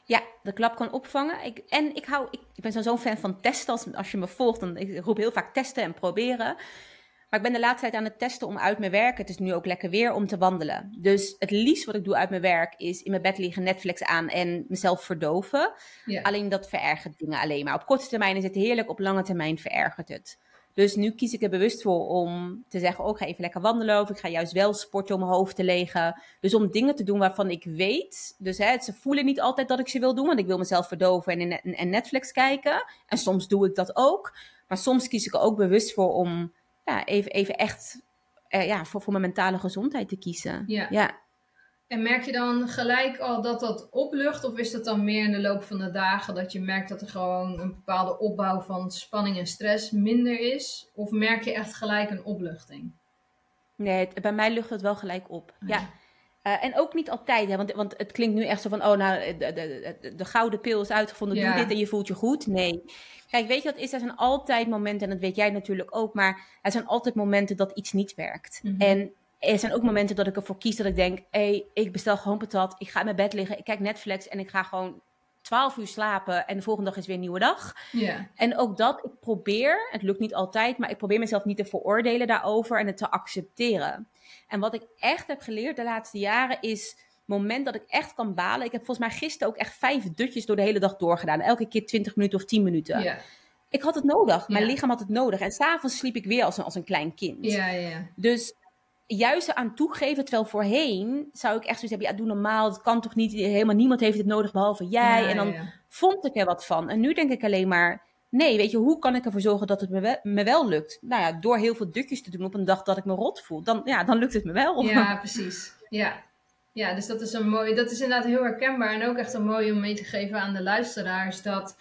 Ja, de klap kan opvangen. Ik, en ik, hou, ik, ik ben zo- zo'n fan van testen. Als, als je me volgt, dan ik roep heel vaak testen en proberen. Maar ik ben de laatste tijd aan het testen om uit mijn werk, het is nu ook lekker weer, om te wandelen. Dus het liefst wat ik doe uit mijn werk is in mijn bed liggen, Netflix aan en mezelf verdoven. Ja. Alleen dat verergert dingen alleen maar. Op korte termijn is het heerlijk, op lange termijn verergert het. Dus nu kies ik er bewust voor om te zeggen, oh, ik ga even lekker wandelen of ik ga juist wel sporten om mijn hoofd te legen. Dus om dingen te doen waarvan ik weet, dus hè, ze voelen niet altijd dat ik ze wil doen, want ik wil mezelf verdoven en, en, en Netflix kijken. En soms doe ik dat ook. Maar soms kies ik er ook bewust voor om ja, even, even echt uh, ja, voor, voor mijn mentale gezondheid te kiezen. Ja. ja. En merk je dan gelijk al dat dat oplucht? Of is dat dan meer in de loop van de dagen dat je merkt dat er gewoon een bepaalde opbouw van spanning en stress minder is? Of merk je echt gelijk een opluchting? Nee, het, bij mij lucht het wel gelijk op. Oh, ja. Uh, en ook niet altijd, hè, want, want het klinkt nu echt zo van, oh nou, de, de, de, de gouden pil is uitgevonden, ja. Doe dit en je voelt je goed. Nee. Kijk, weet je wat is? Er zijn altijd momenten, en dat weet jij natuurlijk ook, maar er zijn altijd momenten dat iets niet werkt. Mm-hmm. En er zijn ook momenten dat ik ervoor kies dat ik denk, hé, hey, ik bestel gewoon patat, ik ga in mijn bed liggen, ik kijk Netflix en ik ga gewoon twaalf uur slapen en de volgende dag is weer een nieuwe dag. Yeah. En ook dat, ik probeer, het lukt niet altijd, maar ik probeer mezelf niet te veroordelen daarover en het te accepteren. En wat ik echt heb geleerd de laatste jaren is, het moment dat ik echt kan balen. Ik heb volgens mij gisteren ook echt vijf dutjes door de hele dag doorgedaan. Elke keer twintig minuten of tien minuten. Yeah. Ik had het nodig. Mijn yeah. lichaam had het nodig. En s'avonds sliep ik weer als een, als een klein kind. Yeah, yeah. Dus juist eraan toegeven, terwijl voorheen zou ik echt zoiets hebben, ja, doe normaal, dat kan toch niet, helemaal niemand heeft het nodig behalve jij. Ja, en dan ja, ja. vond ik er wat van. En nu denk ik alleen maar, nee, weet je, hoe kan ik ervoor zorgen dat het me wel, me wel lukt? Nou ja, door heel veel dutjes te doen op een dag dat ik me rot voel, dan, ja, dan lukt het me wel. Ja, precies. Ja. Ja, dus dat is een mooi, dat is inderdaad heel herkenbaar en ook echt een mooi om mee te geven aan de luisteraars, dat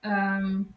um,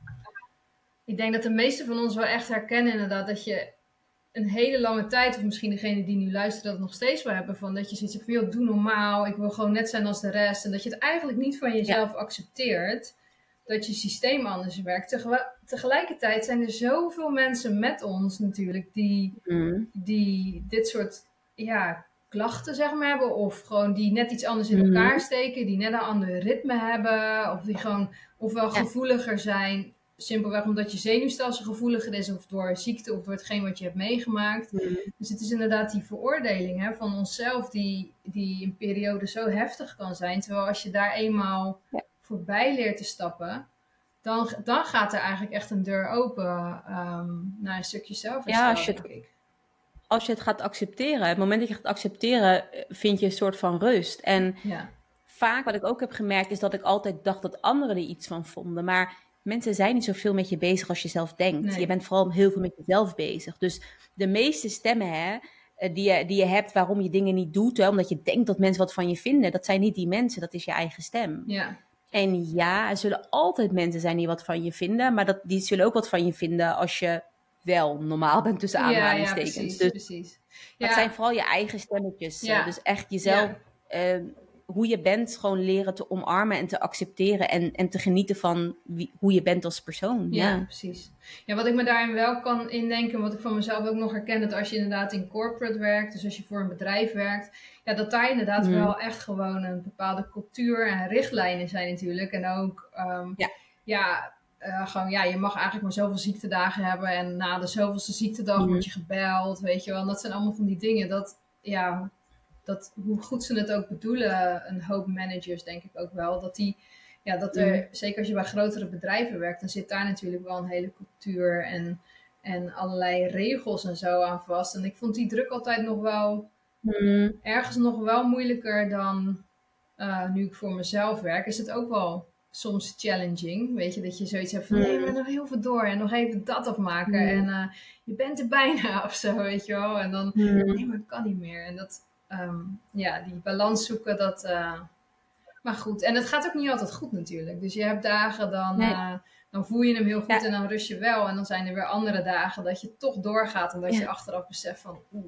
ik denk dat de meesten van ons wel echt herkennen inderdaad dat je een hele lange tijd, of misschien degene die nu luistert dat nog steeds wel hebben, van dat je zoiets hebt van, joh, doe normaal, ik wil gewoon net zijn als de rest. En dat je het eigenlijk niet van jezelf ja. accepteert, dat je systeem anders werkt. Tegel- tegelijkertijd zijn er zoveel mensen met ons natuurlijk, die, mm. die dit soort ja, klachten zeg maar hebben, of gewoon die net iets anders in elkaar mm. steken, die net een ander ritme hebben, of die gewoon ofwel ja. gevoeliger zijn, simpelweg omdat je zenuwstelsel gevoeliger is, of door ziekte, of door hetgeen wat je hebt meegemaakt. Mm. Dus het is inderdaad die veroordeling hè, van onszelf, die, die in perioden zo heftig kan zijn. Terwijl als je daar eenmaal ja. voorbij leert te stappen, dan, dan gaat er eigenlijk echt een deur open um, naar een stukje zelfherstel, ja, als je het, denk ik. Als je het gaat accepteren, het moment dat je het gaat accepteren, vind je een soort van rust. En ja. vaak wat ik ook heb gemerkt, is dat ik altijd dacht dat anderen er iets van vonden. Maar mensen zijn niet zoveel met je bezig als je zelf denkt. Nee. Je bent vooral heel veel met jezelf bezig. Dus de meeste stemmen hè, die, je, die je hebt waarom je dingen niet doet, hè, omdat je denkt dat mensen wat van je vinden, dat zijn niet die mensen, dat is je eigen stem. Ja. En ja, er zullen altijd mensen zijn die wat van je vinden, maar dat, die zullen ook wat van je vinden als je wel normaal bent tussen aanhalingstekens. Ja, ja, precies, dus precies. Ja. Het zijn vooral je eigen stemmetjes. Ja. Dus echt jezelf, ja. uh, hoe je bent, gewoon leren te omarmen en te accepteren. En, en te genieten van wie, hoe je bent als persoon. Ja, ja, precies. Ja, wat ik me daarin wel kan indenken, wat ik van mezelf ook nog herken, dat als je inderdaad in corporate werkt, dus als je voor een bedrijf werkt, ja, dat daar inderdaad mm. wel echt gewoon een bepaalde cultuur en richtlijnen zijn natuurlijk. En ook, um, ja, ja Uh, gewoon, ja, je mag eigenlijk maar zoveel ziektedagen hebben en na de zoveelste ziektedag mm. word je gebeld, weet je wel. En dat zijn allemaal van die dingen, dat, ja, dat, hoe goed ze het ook bedoelen, een hoop managers denk ik ook wel, dat die, ja, dat er, mm. zeker als je bij grotere bedrijven werkt, dan zit daar natuurlijk wel een hele cultuur en, en allerlei regels en zo aan vast. En ik vond die druk altijd nog wel, mm. ergens nog wel moeilijker dan uh, nu ik voor mezelf werk, is het ook wel soms challenging, weet je, dat je zoiets hebt van, nee, maar nog heel veel door en nog even dat afmaken mm. en uh, je bent er bijna of zo, weet je wel, en dan, mm. nee, maar het kan niet meer. En dat, um, ja, die balans zoeken, dat, uh, maar goed, en het gaat ook niet altijd goed natuurlijk, dus je hebt dagen dan, nee. uh, dan voel je hem heel goed ja. en dan rust je wel, en dan zijn er weer andere dagen dat je toch doorgaat en dat ja. je achteraf beseft van, oeh.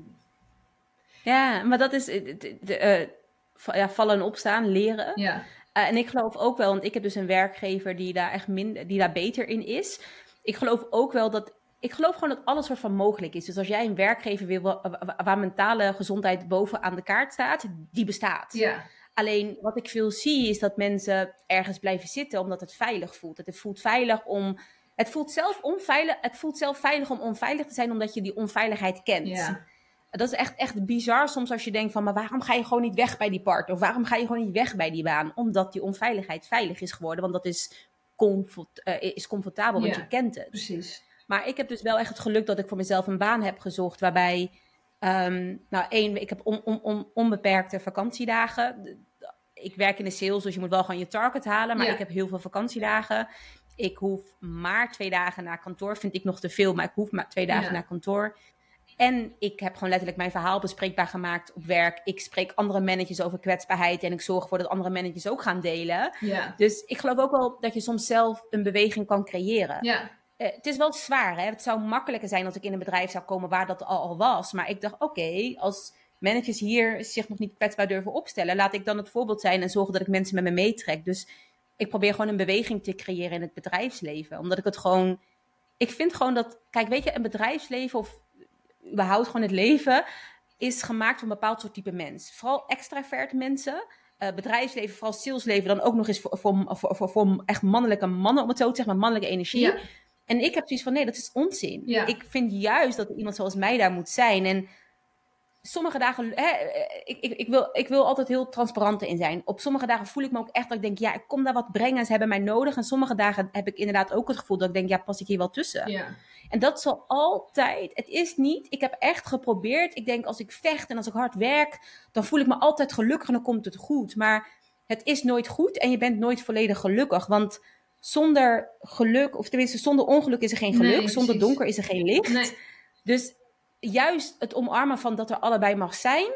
Ja, maar dat is, de, de, uh, ja, vallen en opstaan, leren. Ja. Uh, en ik geloof ook wel, want ik heb dus een werkgever die daar echt minder, die daar beter in is. Ik geloof ook wel dat, ik geloof gewoon dat alles soort van mogelijk is. Dus als jij een werkgever wil waar, waar mentale gezondheid boven aan de kaart staat, die bestaat. Ja. Alleen wat ik veel zie is dat mensen ergens blijven zitten omdat het veilig voelt. Het voelt veilig om... Het voelt zelf onveilig, het voelt zelf veilig om onveilig te zijn omdat je die onveiligheid kent. Ja. Dat is echt, echt bizar soms als je denkt van, maar waarom ga je gewoon niet weg bij die partner? Of waarom ga je gewoon niet weg bij die baan? Omdat die onveiligheid veilig is geworden, want dat is, comfort, uh, is comfortabel, want Ja, je kent het. Precies. Maar ik heb dus wel echt het geluk dat ik voor mezelf een baan heb gezocht waarbij, um, nou één, ik heb on, on, on, onbeperkte vakantiedagen. Ik werk in de sales, dus je moet wel gewoon je target halen, maar Ja. ik heb heel veel vakantiedagen. Ik hoef maar twee dagen naar kantoor, vind ik nog te veel, maar ik hoef maar twee dagen Ja. naar kantoor. En ik heb gewoon letterlijk mijn verhaal bespreekbaar gemaakt op werk. Ik spreek andere managers over kwetsbaarheid en ik zorg ervoor dat andere managers ook gaan delen. Ja. Dus ik geloof ook wel dat je soms zelf een beweging kan creëren. Ja. Uh, het is wel zwaar, hè? Het zou makkelijker zijn als ik in een bedrijf zou komen waar dat al, al was. Maar ik dacht, oké, okay, als managers hier zich nog niet kwetsbaar durven opstellen, laat ik dan het voorbeeld zijn en zorgen dat ik mensen met me meetrek. Dus ik probeer gewoon een beweging te creëren in het bedrijfsleven. Omdat ik het gewoon... Ik vind gewoon dat... Kijk, weet je, een bedrijfsleven of überhaupt gewoon het leven is gemaakt van een bepaald soort type mens. Vooral extraverte mensen. Uh, bedrijfsleven, vooral salesleven, dan ook nog eens voor, voor, voor, voor, voor echt mannelijke mannen, om het zo te zeggen, maar mannelijke energie. Ja. En ik heb zoiets van, nee, dat is onzin. Ja. Ik vind juist dat er iemand zoals mij daar moet zijn. En sommige dagen, hè, ik, ik, ik, wil, ik wil altijd heel transparant in zijn. Op sommige dagen voel ik me ook echt dat ik denk, ja, ik kom daar wat brengen en ze hebben mij nodig. En sommige dagen heb ik inderdaad ook het gevoel dat ik denk, ja, pas ik hier wel tussen. Ja. En dat zal altijd, het is niet, ik heb echt geprobeerd. Ik denk, als ik vecht en als ik hard werk, dan voel ik me altijd gelukkig en dan komt het goed. Maar het is nooit goed en je bent nooit volledig gelukkig. Want zonder geluk, of tenminste zonder ongeluk is er geen geluk. Nee, zonder precies. donker is er geen licht. Nee. Dus juist het omarmen van dat er allebei mag zijn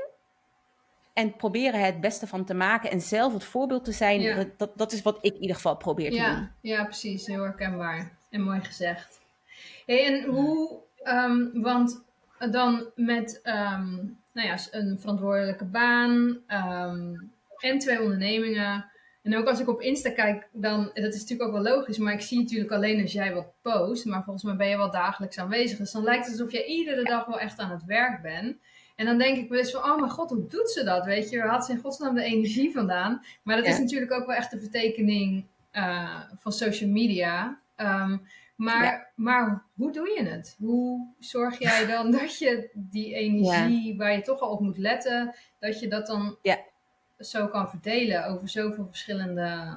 en proberen het beste van te maken en zelf het voorbeeld te zijn, Ja. dat, dat, dat is wat ik in ieder geval probeer te Ja. doen. Ja, precies. Heel herkenbaar. En mooi gezegd. Hey, en hoe, um, want dan met um, nou ja, een verantwoordelijke baan um, en twee ondernemingen. En ook als ik op Insta kijk, dan, dat is natuurlijk ook wel logisch, maar ik zie natuurlijk alleen als jij wat post, maar volgens mij ben je wel dagelijks aanwezig. Dus dan lijkt het alsof jij iedere dag wel echt aan het werk bent. En dan denk ik wel eens van, oh mijn god, hoe doet ze dat? Weet je, waar haalt ze in godsnaam de energie vandaan? Maar dat Ja. is natuurlijk ook wel echt de vertekening uh, van social media. Um, maar, Ja. maar hoe doe je het? Hoe zorg jij dan dat je die energie, ja. waar je toch al op moet letten, dat je dat dan Ja. zo kan verdelen over zoveel verschillende...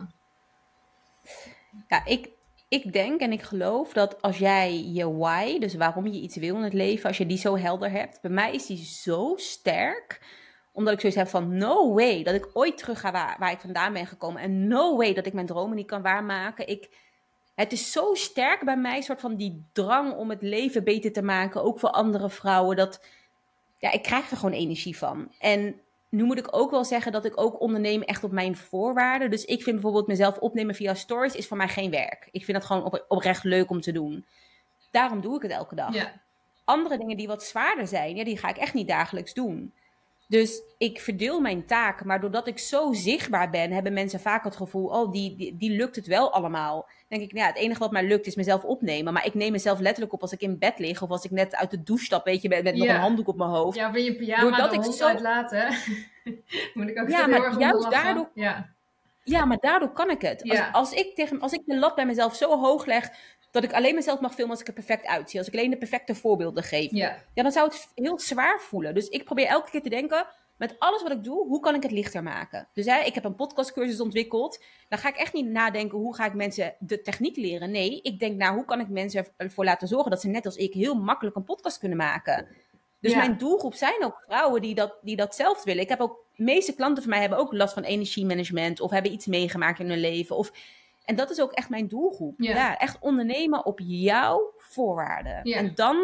Ja, ik, ik denk en ik geloof dat als jij je why, dus waarom je iets wil in het leven, als je die zo helder hebt, bij mij is die zo sterk, omdat ik zoiets heb van no way dat ik ooit terug ga waar, waar ik vandaan ben gekomen en no way dat ik mijn dromen niet kan waarmaken. Ik, het is zo sterk bij mij, soort van die drang om het leven beter te maken, ook voor andere vrouwen, dat ja, ik krijg er gewoon energie van. En nu moet ik ook wel zeggen dat ik ook onderneem echt op mijn voorwaarden. Dus ik vind bijvoorbeeld mezelf opnemen via stories is voor mij geen werk. Ik vind dat gewoon op, oprecht leuk om te doen. Daarom doe ik het elke dag. Ja. Andere dingen die wat zwaarder zijn, ja, die ga ik echt niet dagelijks doen. Dus ik verdeel mijn taak, maar doordat ik zo zichtbaar ben, hebben mensen vaak het gevoel, oh, die, die, die lukt het wel allemaal. Dan denk ik, nou ja, het enige wat mij lukt is mezelf opnemen. Maar ik neem mezelf letterlijk op als ik in bed lig of als ik net uit de douche stap, weet je, met, met Ja. nog een handdoek op mijn hoofd. Ja, wil je pyjama Doordat de ik hond zo- uitlaten? Moet ik ook Ja, heel maar erg om juist lachen. daardoor- Ja. Ja, maar daardoor kan ik het. Als, Ja. als, ik tegen, als ik de lat bij mezelf zo hoog leg, dat ik alleen mezelf mag filmen als ik er perfect uitzie. Als ik alleen de perfecte voorbeelden geef. Ja. Ja, dan zou het heel zwaar voelen. Dus ik probeer elke keer te denken, met alles wat ik doe, hoe kan ik het lichter maken? Dus hè, ik heb een podcastcursus ontwikkeld. Dan ga ik echt niet nadenken, hoe ga ik mensen de techniek leren? Nee, ik denk, nou, hoe kan ik mensen ervoor laten zorgen dat ze net als ik heel makkelijk een podcast kunnen maken? Dus Ja. mijn doelgroep zijn ook vrouwen die dat, die dat zelf willen. Ik heb ook, de meeste klanten van mij hebben ook last van energiemanagement of hebben iets meegemaakt in hun leven. Of, en dat is ook echt mijn doelgroep. Ja. Ja, echt ondernemen op jouw voorwaarden. Ja. En dan,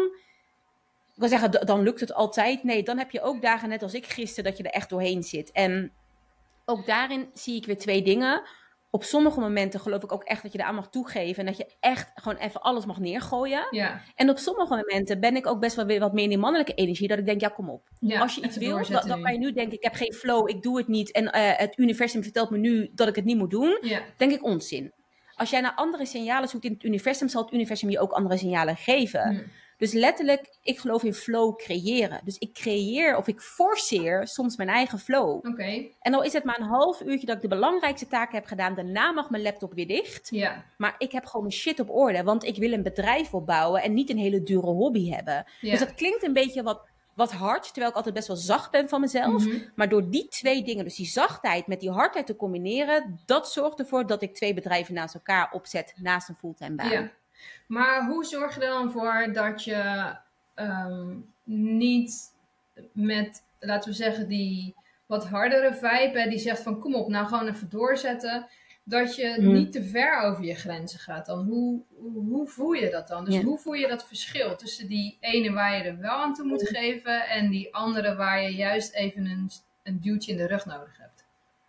ik wil zeggen, d- dan lukt het altijd. Nee, dan heb je ook dagen net als ik gisteren dat je er echt doorheen zit. En ook daarin zie ik weer twee dingen. Op sommige momenten geloof ik ook echt dat je daar aan mag toegeven. En dat je echt gewoon even alles mag neergooien. Ja. En op sommige momenten ben ik ook best wel weer wat meer in die mannelijke energie. Dat ik denk, ja, kom op. Ja. Als je iets Even wil, doorzetten dat, dat nu. waar je nu denkt, ik heb geen flow, ik doe het niet. En eh, het universum vertelt me nu dat ik het niet moet doen. Ja. Denk ik onzin. Als jij naar andere signalen zoekt in het universum, zal het universum je ook andere signalen geven. Hm. Dus letterlijk, ik geloof in flow creëren. Dus ik creëer of ik forceer soms mijn eigen flow. Okay. En al is het maar een half uurtje dat ik de belangrijkste taken heb gedaan. Daarna mag mijn laptop weer dicht. Ja. Maar ik heb gewoon mijn shit op orde. Want ik wil een bedrijf opbouwen en niet een hele dure hobby hebben. Ja. Dus dat klinkt een beetje wat, wat hard. Terwijl ik altijd best wel zacht ben van mezelf. Mm-hmm. Maar door die twee dingen, dus die zachtheid met die hardheid te combineren. Dat zorgt ervoor dat ik twee bedrijven naast elkaar opzet. Naast een fulltime baan. Ja. Maar hoe zorg je er dan voor dat je um, niet met, laten we zeggen, die wat hardere vibe, die zegt van kom op, nou gewoon even doorzetten, dat je Mm. niet te ver over je grenzen gaat dan? Hoe, hoe, hoe voel je dat dan? Dus Ja. hoe voel je dat verschil tussen die ene waar je er wel aan toe moet geven en die andere waar je juist even een, een duwtje in de rug nodig hebt?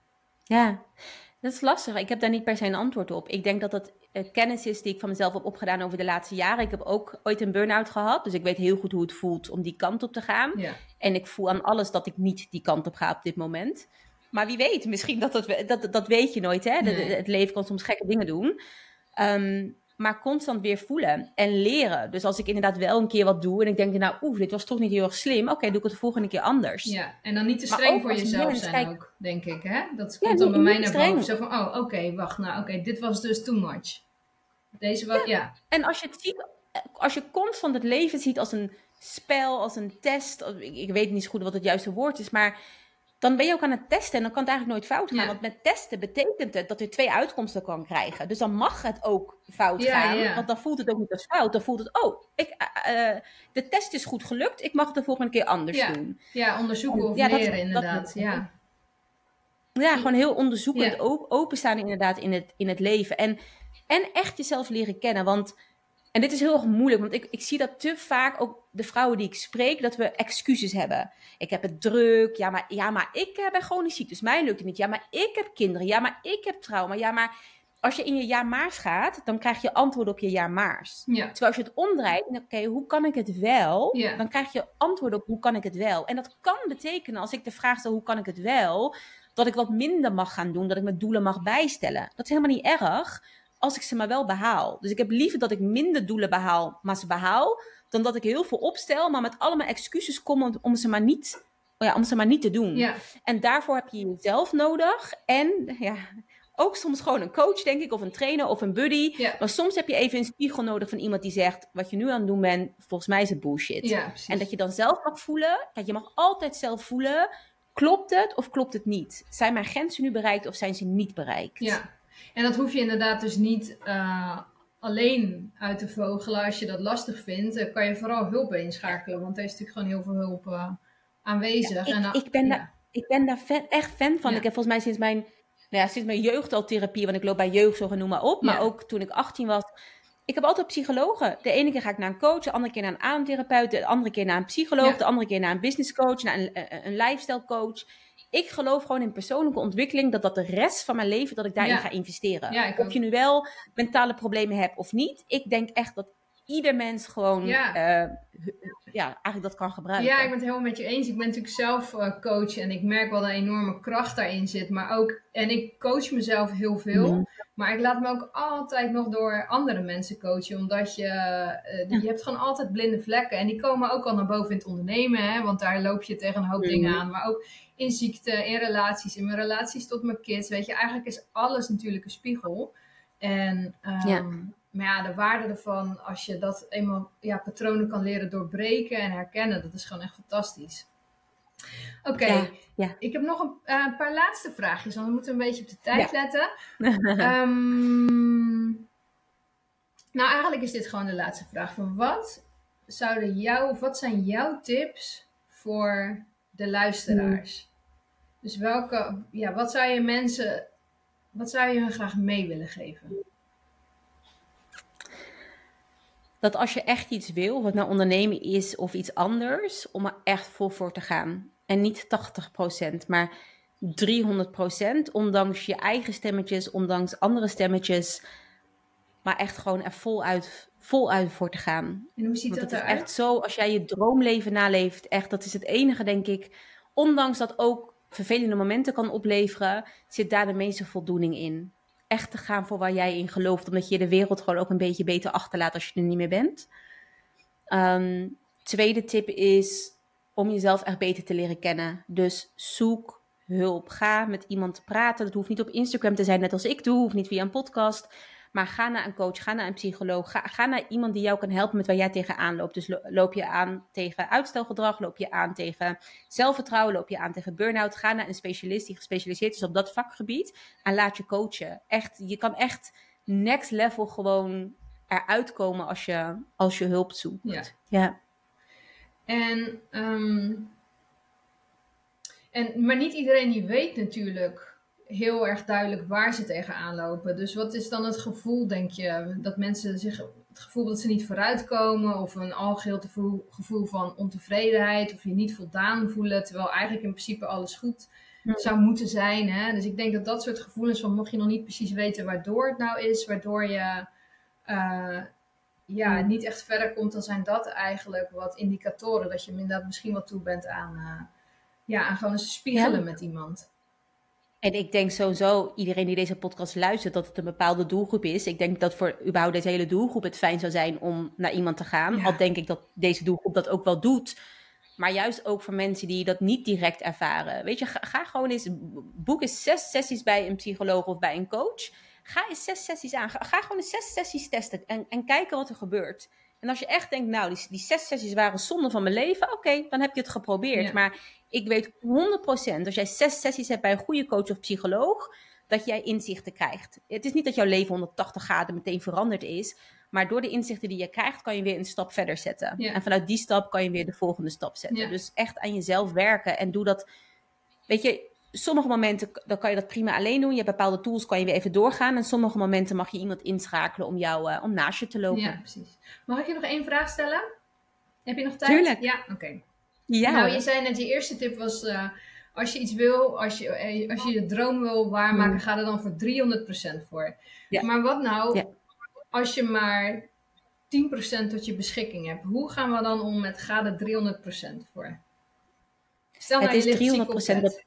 Ja, dat is lastig. Ik heb daar niet per se een antwoord op. Ik denk dat dat uh, kennis is die ik van mezelf heb opgedaan over de laatste jaren. Ik heb ook ooit een burn-out gehad. Dus ik weet heel goed hoe het voelt om die kant op te gaan. Ja. En ik voel aan alles dat ik niet die kant op ga op dit moment. Maar wie weet, misschien dat dat, dat, dat weet je nooit. Hè? Nee. Het, het leven kan soms gekke dingen doen. Um, maar constant weer voelen en leren. Dus als ik inderdaad wel een keer wat doe en ik denk, nou, oeh, dit was toch niet heel erg slim. Oké, okay, doe ik het de volgende keer anders. Ja, en dan niet te streng voor jezelf zijn kijk... ook, denk ik. Hè? Dat komt ja, dan bij mij naar boven. Zo van, oh, oké, okay, wacht, nou, oké, okay, dit was dus too much. Deze was, ja. ja. En als je het ziet, als je constant het leven ziet als een spel, als een test. Ik, ik weet niet zo goed wat het juiste woord is, maar dan ben je ook aan het testen en dan kan het eigenlijk nooit fout gaan. Ja. Want met testen betekent het dat je twee uitkomsten kan krijgen. Dus dan mag het ook fout ja, gaan, ja. want dan voelt het ook niet als fout. Dan voelt het, oh, ik, uh, de test is goed gelukt, ik mag het de volgende keer anders ja. doen. Ja, onderzoeken of ja, leren dat, inderdaad, dat, ja. Ja, gewoon heel onderzoekend, ja. openstaan inderdaad in het, in het leven. En, en echt jezelf leren kennen, want... En dit is heel erg moeilijk, want ik, ik zie dat te vaak, ook de vrouwen die ik spreek, dat we excuses hebben. Ik heb het druk, ja maar, ja, maar ik ben chronisch ziek, dus mij lukt het niet. Ja, maar ik heb kinderen, ja, maar ik heb trauma. Ja, maar als je in je ja-maars gaat, dan krijg je antwoord op je ja-maars. Ja. Terwijl als je het omdraait, oké, okay, hoe kan ik het wel? Ja. Dan krijg je antwoord op hoe kan ik het wel? En dat kan betekenen, als ik de vraag stel, hoe kan ik het wel? Dat ik wat minder mag gaan doen, dat ik mijn doelen mag bijstellen. Dat is helemaal niet erg. Als ik ze maar wel behaal. Dus ik heb liever dat ik minder doelen behaal, maar ze behaal, dan dat ik heel veel opstel, maar met allemaal excuses kom om, om, ze, maar niet, ja, om ze maar niet te doen. Ja. En daarvoor heb je jezelf nodig. En ja, ook soms gewoon een coach, denk ik, of een trainer of een buddy. Ja. Maar soms heb je even een spiegel nodig van iemand die zegt, wat je nu aan het doen bent, volgens mij is het bullshit. Ja, en dat je dan zelf mag voelen. Kijk, je mag altijd zelf voelen, klopt het of klopt het niet? Zijn mijn grenzen nu bereikt of zijn ze niet bereikt? Ja. En dat hoef je inderdaad dus niet uh, alleen uit te vogelen. Als je dat lastig vindt, uh, kan je vooral hulp inschakelen. Want er is natuurlijk gewoon heel veel hulp uh, aanwezig. Ja, ik, en, uh, ik, ben ja. daar, ik ben daar fan, echt fan van. Ja. Ik heb volgens mij sinds mijn, nou ja, sinds mijn jeugd al therapie. Want ik loop bij jeugdzorg en noem maar op. Maar ja. ook toen ik achttien was. Ik heb altijd psychologen. De ene keer ga ik naar een coach. De andere keer naar een ademtherapeut. De andere keer naar een psycholoog. Ja. De andere keer naar een business coach. Naar een, een, een lifestyle coach. Ik geloof gewoon in persoonlijke ontwikkeling, dat dat de rest van mijn leven, dat ik daarin ja. ga investeren. Ja, of je nu wel mentale problemen hebt of niet. Ik denk echt dat ieder mens gewoon, ja, uh, ja eigenlijk dat kan gebruiken. Ja, ik ben het helemaal met je eens. Ik ben natuurlijk zelf uh, coach en ik merk wel dat een enorme kracht daarin zit. Maar ook, en ik coach mezelf heel veel. Mm. Maar ik laat me ook altijd nog door andere mensen coachen. Omdat je, uh, ja. je hebt gewoon altijd blinde vlekken. En die komen ook al naar boven in het ondernemen. Hè? Want daar loop je tegen een hoop mm. dingen aan. Maar ook in ziekte, in relaties, in mijn relaties tot mijn kids. Weet je, eigenlijk is alles natuurlijk een spiegel. En um, ja. Maar ja, de waarde ervan, als je dat eenmaal, ja, patronen kan leren doorbreken en herkennen, dat is gewoon echt fantastisch. Oké, okay, ja, ja. Ik heb nog een uh, paar laatste vraagjes, want we moeten een beetje op de tijd ja. letten. um, nou, eigenlijk is dit gewoon de laatste vraag. Van wat zouden jou, of wat zijn jouw tips voor de luisteraars? Hmm. Dus welke, ja, wat zou je mensen, wat zou je hun graag mee willen geven? Dat als je echt iets wil, of het nou ondernemen is of iets anders, om er echt vol voor te gaan. En niet tachtig procent, maar driehonderd procent. Ondanks je eigen stemmetjes, ondanks andere stemmetjes. Maar echt gewoon er voluit, voluit voor te gaan. En hoe ziet Want dat het eruit? is echt zo, als jij je droomleven naleeft, echt, dat is het enige, denk ik. Ondanks dat ook vervelende momenten kan opleveren, zit daar de meeste voldoening in. Echt te gaan voor waar jij in gelooft. Omdat je de wereld gewoon ook een beetje beter achterlaat als je er niet meer bent. Um, tweede tip is om jezelf echt beter te leren kennen. Dus zoek hulp. Ga met iemand praten. Dat hoeft niet op Instagram te zijn, net als ik doe. Hoeft niet via een podcast. Maar ga naar een coach, ga naar een psycholoog. Ga, ga naar iemand die jou kan helpen met waar jij tegenaan loopt. Dus loop je aan tegen uitstelgedrag, loop je aan tegen zelfvertrouwen, loop je aan tegen burn-out. Ga naar een specialist die gespecialiseerd is op dat vakgebied en laat je coachen. Echt, je kan echt next level gewoon eruit komen als je, als je hulp zoekt. Ja. ja. En, um, en, maar niet iedereen die weet natuurlijk heel erg duidelijk waar ze tegenaan lopen. Dus wat is dan het gevoel, denk je? Dat mensen zich het gevoel dat ze niet vooruitkomen, of een algeheel gevoel, gevoel van ontevredenheid, of je niet voldaan voelen, terwijl eigenlijk in principe alles goed ja. zou moeten zijn. Hè? Dus ik denk dat dat soort gevoelens van, mocht je nog niet precies weten waardoor het nou is, waardoor je uh, ja, hmm. niet echt verder komt, dan zijn dat eigenlijk wat indicatoren dat je inderdaad misschien wel toe bent aan, uh, ja, aan gewoon eens spiegelen ja. met iemand. En ik denk sowieso, iedereen die deze podcast luistert, dat het een bepaalde doelgroep is. Ik denk dat voor überhaupt deze hele doelgroep het fijn zou zijn om naar iemand te gaan. Ja. Al denk ik dat deze doelgroep dat ook wel doet. Maar juist ook voor mensen die dat niet direct ervaren. Weet je, ga, ga gewoon eens, boek eens zes sessies bij een psycholoog of bij een coach. Ga eens zes sessies aan. Ga, ga gewoon eens zes sessies testen en, en kijken wat er gebeurt. En als je echt denkt, nou, die, die zes sessies waren zonde van mijn leven. Oké, okay, dan heb je het geprobeerd. Ja. Maar ik weet honderd procent, als jij zes sessies hebt bij een goede coach of psycholoog, dat jij inzichten krijgt. Het is niet dat jouw leven honderdtachtig graden meteen veranderd is. Maar door de inzichten die je krijgt, kan je weer een stap verder zetten. Ja. En vanuit die stap kan je weer de volgende stap zetten. Ja. Dus echt aan jezelf werken. En doe dat, weet je, sommige momenten dan kan je dat prima alleen doen. Je hebt bepaalde tools, kan je weer even doorgaan. En sommige momenten mag je iemand inschakelen om jou, uh, om naast je te lopen. Ja, precies. Mag ik je nog één vraag stellen? Heb je nog tijd? Tuurlijk. Ja, oké. Okay. Ja. Nou, je zei net, je eerste tip was, uh, als je iets wil, als je, als je je droom wil waarmaken, mm. ga er dan voor driehonderd procent voor. Ja. Maar wat nou, ja. als je maar tien procent tot je beschikking hebt? Hoe gaan we dan om met, ga er driehonderd procent voor? Stel nou, het je is driehonderd procent dat...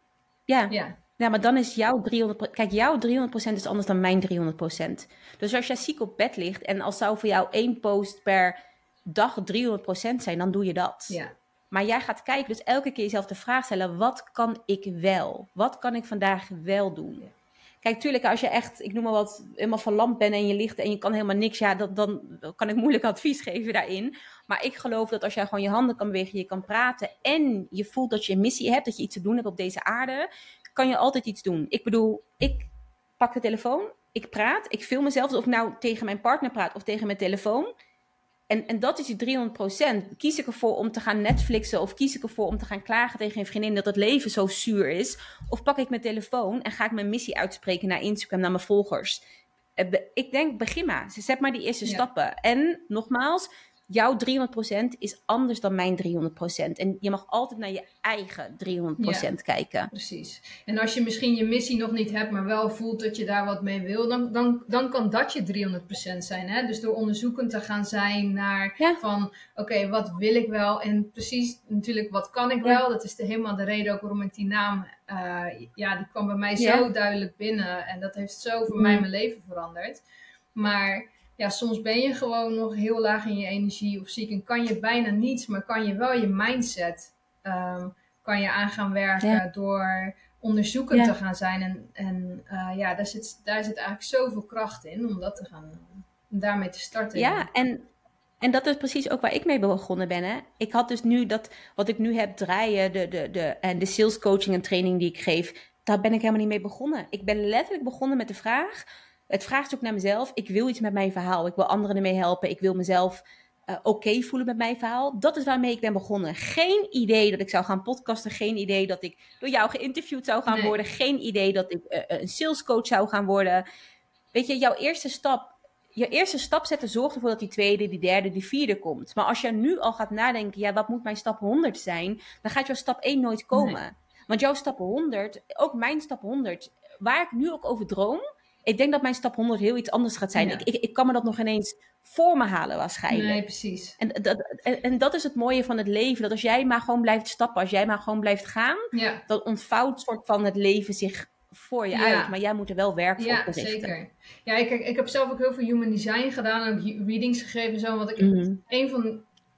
Ja. ja. Ja, maar dan is jouw driehonderd procent... Kijk, jouw driehonderd procent is anders dan mijn driehonderd procent. Dus als jij ziek op bed ligt en als zou voor jou één post per dag driehonderd procent zijn, dan doe je dat. Ja. Maar jij gaat kijken, dus elke keer jezelf de vraag stellen, wat kan ik wel? Wat kan ik vandaag wel doen? Ja. Kijk, tuurlijk, als je echt, ik noem maar wat, helemaal verlamd bent en je ligt en je kan helemaal niks, ja, dat, dan kan ik moeilijk advies geven daarin. Maar ik geloof dat als jij gewoon je handen kan bewegen, je kan praten en je voelt dat je een missie hebt, dat je iets te doen hebt op deze aarde, kan je altijd iets doen. Ik bedoel, ik pak de telefoon, ik praat, ik film mezelf, of ik nou tegen mijn partner praat of tegen mijn telefoon. En, en dat is die driehonderd procent. Kies ik ervoor om te gaan Netflixen of kies ik ervoor om te gaan klagen tegen een vriendin dat het leven zo zuur is? Of pak ik mijn telefoon en ga ik mijn missie uitspreken naar Instagram, naar mijn volgers? Ik denk, begin maar. Zet maar die eerste ja. stappen. En nogmaals, jouw driehonderd procent is anders dan mijn driehonderd procent. En je mag altijd naar je eigen driehonderd procent ja, kijken. Precies. En als je misschien je missie nog niet hebt, maar wel voelt dat je daar wat mee wil, dan, dan, dan kan dat je driehonderd procent zijn. Hè? Dus door onderzoekend te gaan zijn naar ja. van, oké, okay, wat wil ik wel? En precies, natuurlijk, wat kan ik wel? Dat is de, helemaal de reden ook waarom ik die naam, uh, ja, die kwam bij mij ja. zo duidelijk binnen. En dat heeft zo voor mm. mij mijn leven veranderd. Maar ja, soms ben je gewoon nog heel laag in je energie of ziek en kan je bijna niets, maar kan je wel je mindset um, kan je aan gaan werken ja. door onderzoekend ja. te gaan zijn. En, en uh, ja, daar zit, daar zit eigenlijk zoveel kracht in om dat te gaan, om daarmee te starten. Ja, en, en dat is precies ook waar ik mee begonnen ben. Hè? Ik had dus nu dat, wat ik nu heb draaien, de, de, de, en de sales coaching en training die ik geef, daar ben ik helemaal niet mee begonnen. Ik ben letterlijk begonnen met de vraag, het vraagstuk naar mezelf, ik wil iets met mijn verhaal. Ik wil anderen ermee helpen. Ik wil mezelf uh, oké okay voelen met mijn verhaal. Dat is waarmee ik ben begonnen. Geen idee dat ik zou gaan podcasten. Geen idee dat ik door jou geïnterviewd zou gaan nee. worden. Geen idee dat ik uh, een salescoach zou gaan worden. Weet je, jouw eerste stap, je eerste stap zetten zorgt ervoor dat die tweede, die derde, die vierde komt. Maar als je nu al gaat nadenken, ja, wat moet mijn stap honderd zijn? Dan gaat jouw stap één nooit komen. Nee. Want jouw stap honderd, ook mijn stap honderd, waar ik nu ook over droom, ik denk dat mijn stap honderd heel iets anders gaat zijn. Ja. Ik, ik, ik kan me dat nog ineens voor me halen waarschijnlijk. Nee, precies. En dat, en, en dat is het mooie van het leven. Dat als jij maar gewoon blijft stappen, als jij maar gewoon blijft gaan, ja. dan ontvouwt soort van het leven zich voor je ja. uit. Maar jij moet er wel werk voor ja, verrichten. Zeker. Ja, ik, ik heb zelf ook heel veel human design gedaan. En ook readings gegeven. Zo, want ik, mm-hmm. een van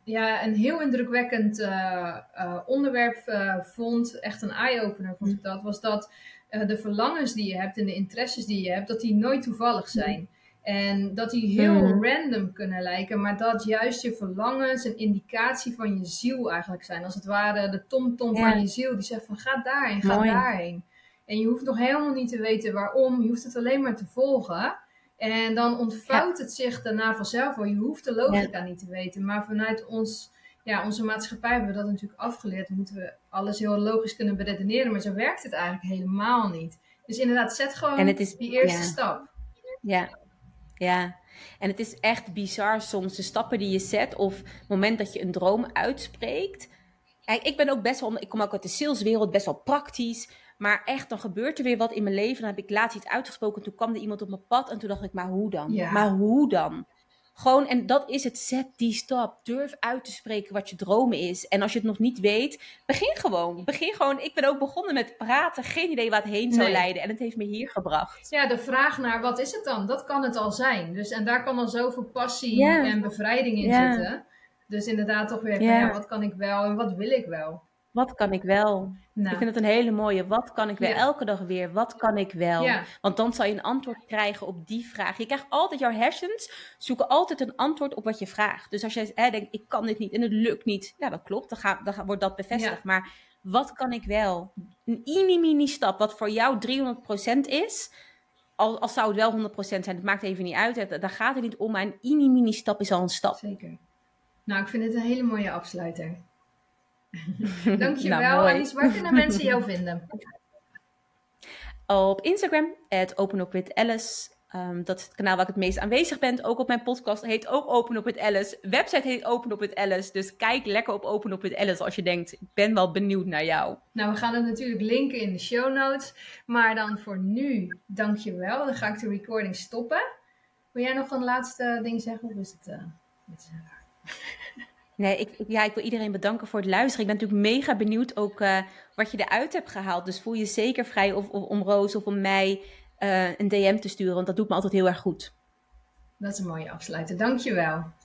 ja, een heel indrukwekkend uh, uh, onderwerp uh, vond, echt een eye-opener vond ik dat, was dat uh, de verlangens die je hebt en de interesses die je hebt, dat die nooit toevallig zijn. En dat die heel Mm. random kunnen lijken, maar dat juist je verlangens een indicatie van je ziel eigenlijk zijn. Als het ware de tomtom Ja. van je ziel, die zegt van ga daarheen, ga Mooi. daarheen. En je hoeft nog helemaal niet te weten waarom, je hoeft het alleen maar te volgen. En dan ontvouwt Ja. het zich daarna vanzelf wel. Je hoeft de logica Ja. niet te weten. Maar vanuit ons, ja, onze maatschappij hebben we dat natuurlijk afgeleerd. Dan moeten we alles heel logisch kunnen beredeneren. Maar zo werkt het eigenlijk helemaal niet. Dus inderdaad, zet gewoon En het is, die eerste ja. stap. Ja. Ja, en het is echt bizar soms, de stappen die je zet of het moment dat je een droom uitspreekt. Kijk, ik ben ook best wel, ik kom ook uit de saleswereld, best wel praktisch. Maar echt, dan gebeurt er weer wat in mijn leven. Dan heb ik laatst iets uitgesproken, toen kwam er iemand op mijn pad. En toen dacht ik, maar hoe dan? Ja. Maar hoe dan? Gewoon, en dat is het, zet die stap. Durf uit te spreken wat je droom is. En als je het nog niet weet, begin gewoon. Begin gewoon, ik ben ook begonnen met praten. Geen idee waar het heen zou Nee. leiden. En het heeft me hier gebracht. Ja, de vraag naar wat is het dan? Dat kan het al zijn. Dus, en daar kan dan zoveel passie Ja. en bevrijding in Ja. zitten. Dus inderdaad toch weer van, Ja. ja, wat kan ik wel en wat wil ik wel? Wat kan ik wel? Nou, Ik vind het een hele mooie. Wat kan ik wel? Ja. Elke dag weer. Wat kan ik wel? Ja. Want dan zal je een antwoord krijgen op die vraag. Je krijgt altijd, jouw hersens zoeken altijd een antwoord op wat je vraagt. Dus als jij hè, denkt, ik kan dit niet en het lukt niet. Ja, dat klopt. Dan, ga, dan wordt dat bevestigd. Ja. Maar wat kan ik wel? Een mini-mini stap wat voor jou driehonderd procent is. Al, al zou het wel honderd procent zijn, het maakt even niet uit. Het- Daar gaat het niet om. Maar een mini-mini stap is al een stap. Zeker. Nou, ik vind het een hele mooie afsluiter. Dankjewel, Nou, mooi. Alice. Waar kunnen mensen jou vinden? Op Instagram, at openupwithalice. Um, dat is het kanaal waar ik het meest aanwezig ben. Ook op mijn podcast heet ook Open Up with Alice. Website heet Open Up with Alice. Dus kijk lekker op Open Up with Alice als je denkt, ik ben wel benieuwd naar jou. Nou, we gaan het natuurlijk linken in de show notes. Maar dan voor nu, dankjewel. Dan ga ik de recording stoppen. Wil jij nog een laatste ding zeggen? Of is het... Uh, het uh... Nee, ik, ja, ik wil iedereen bedanken voor het luisteren. Ik ben natuurlijk mega benieuwd ook uh, wat je eruit hebt gehaald. Dus voel je zeker vrij of, of om Roos of om mij uh, een D M te sturen. Want dat doet me altijd heel erg goed. Dat is een mooie afsluiter. Dankjewel.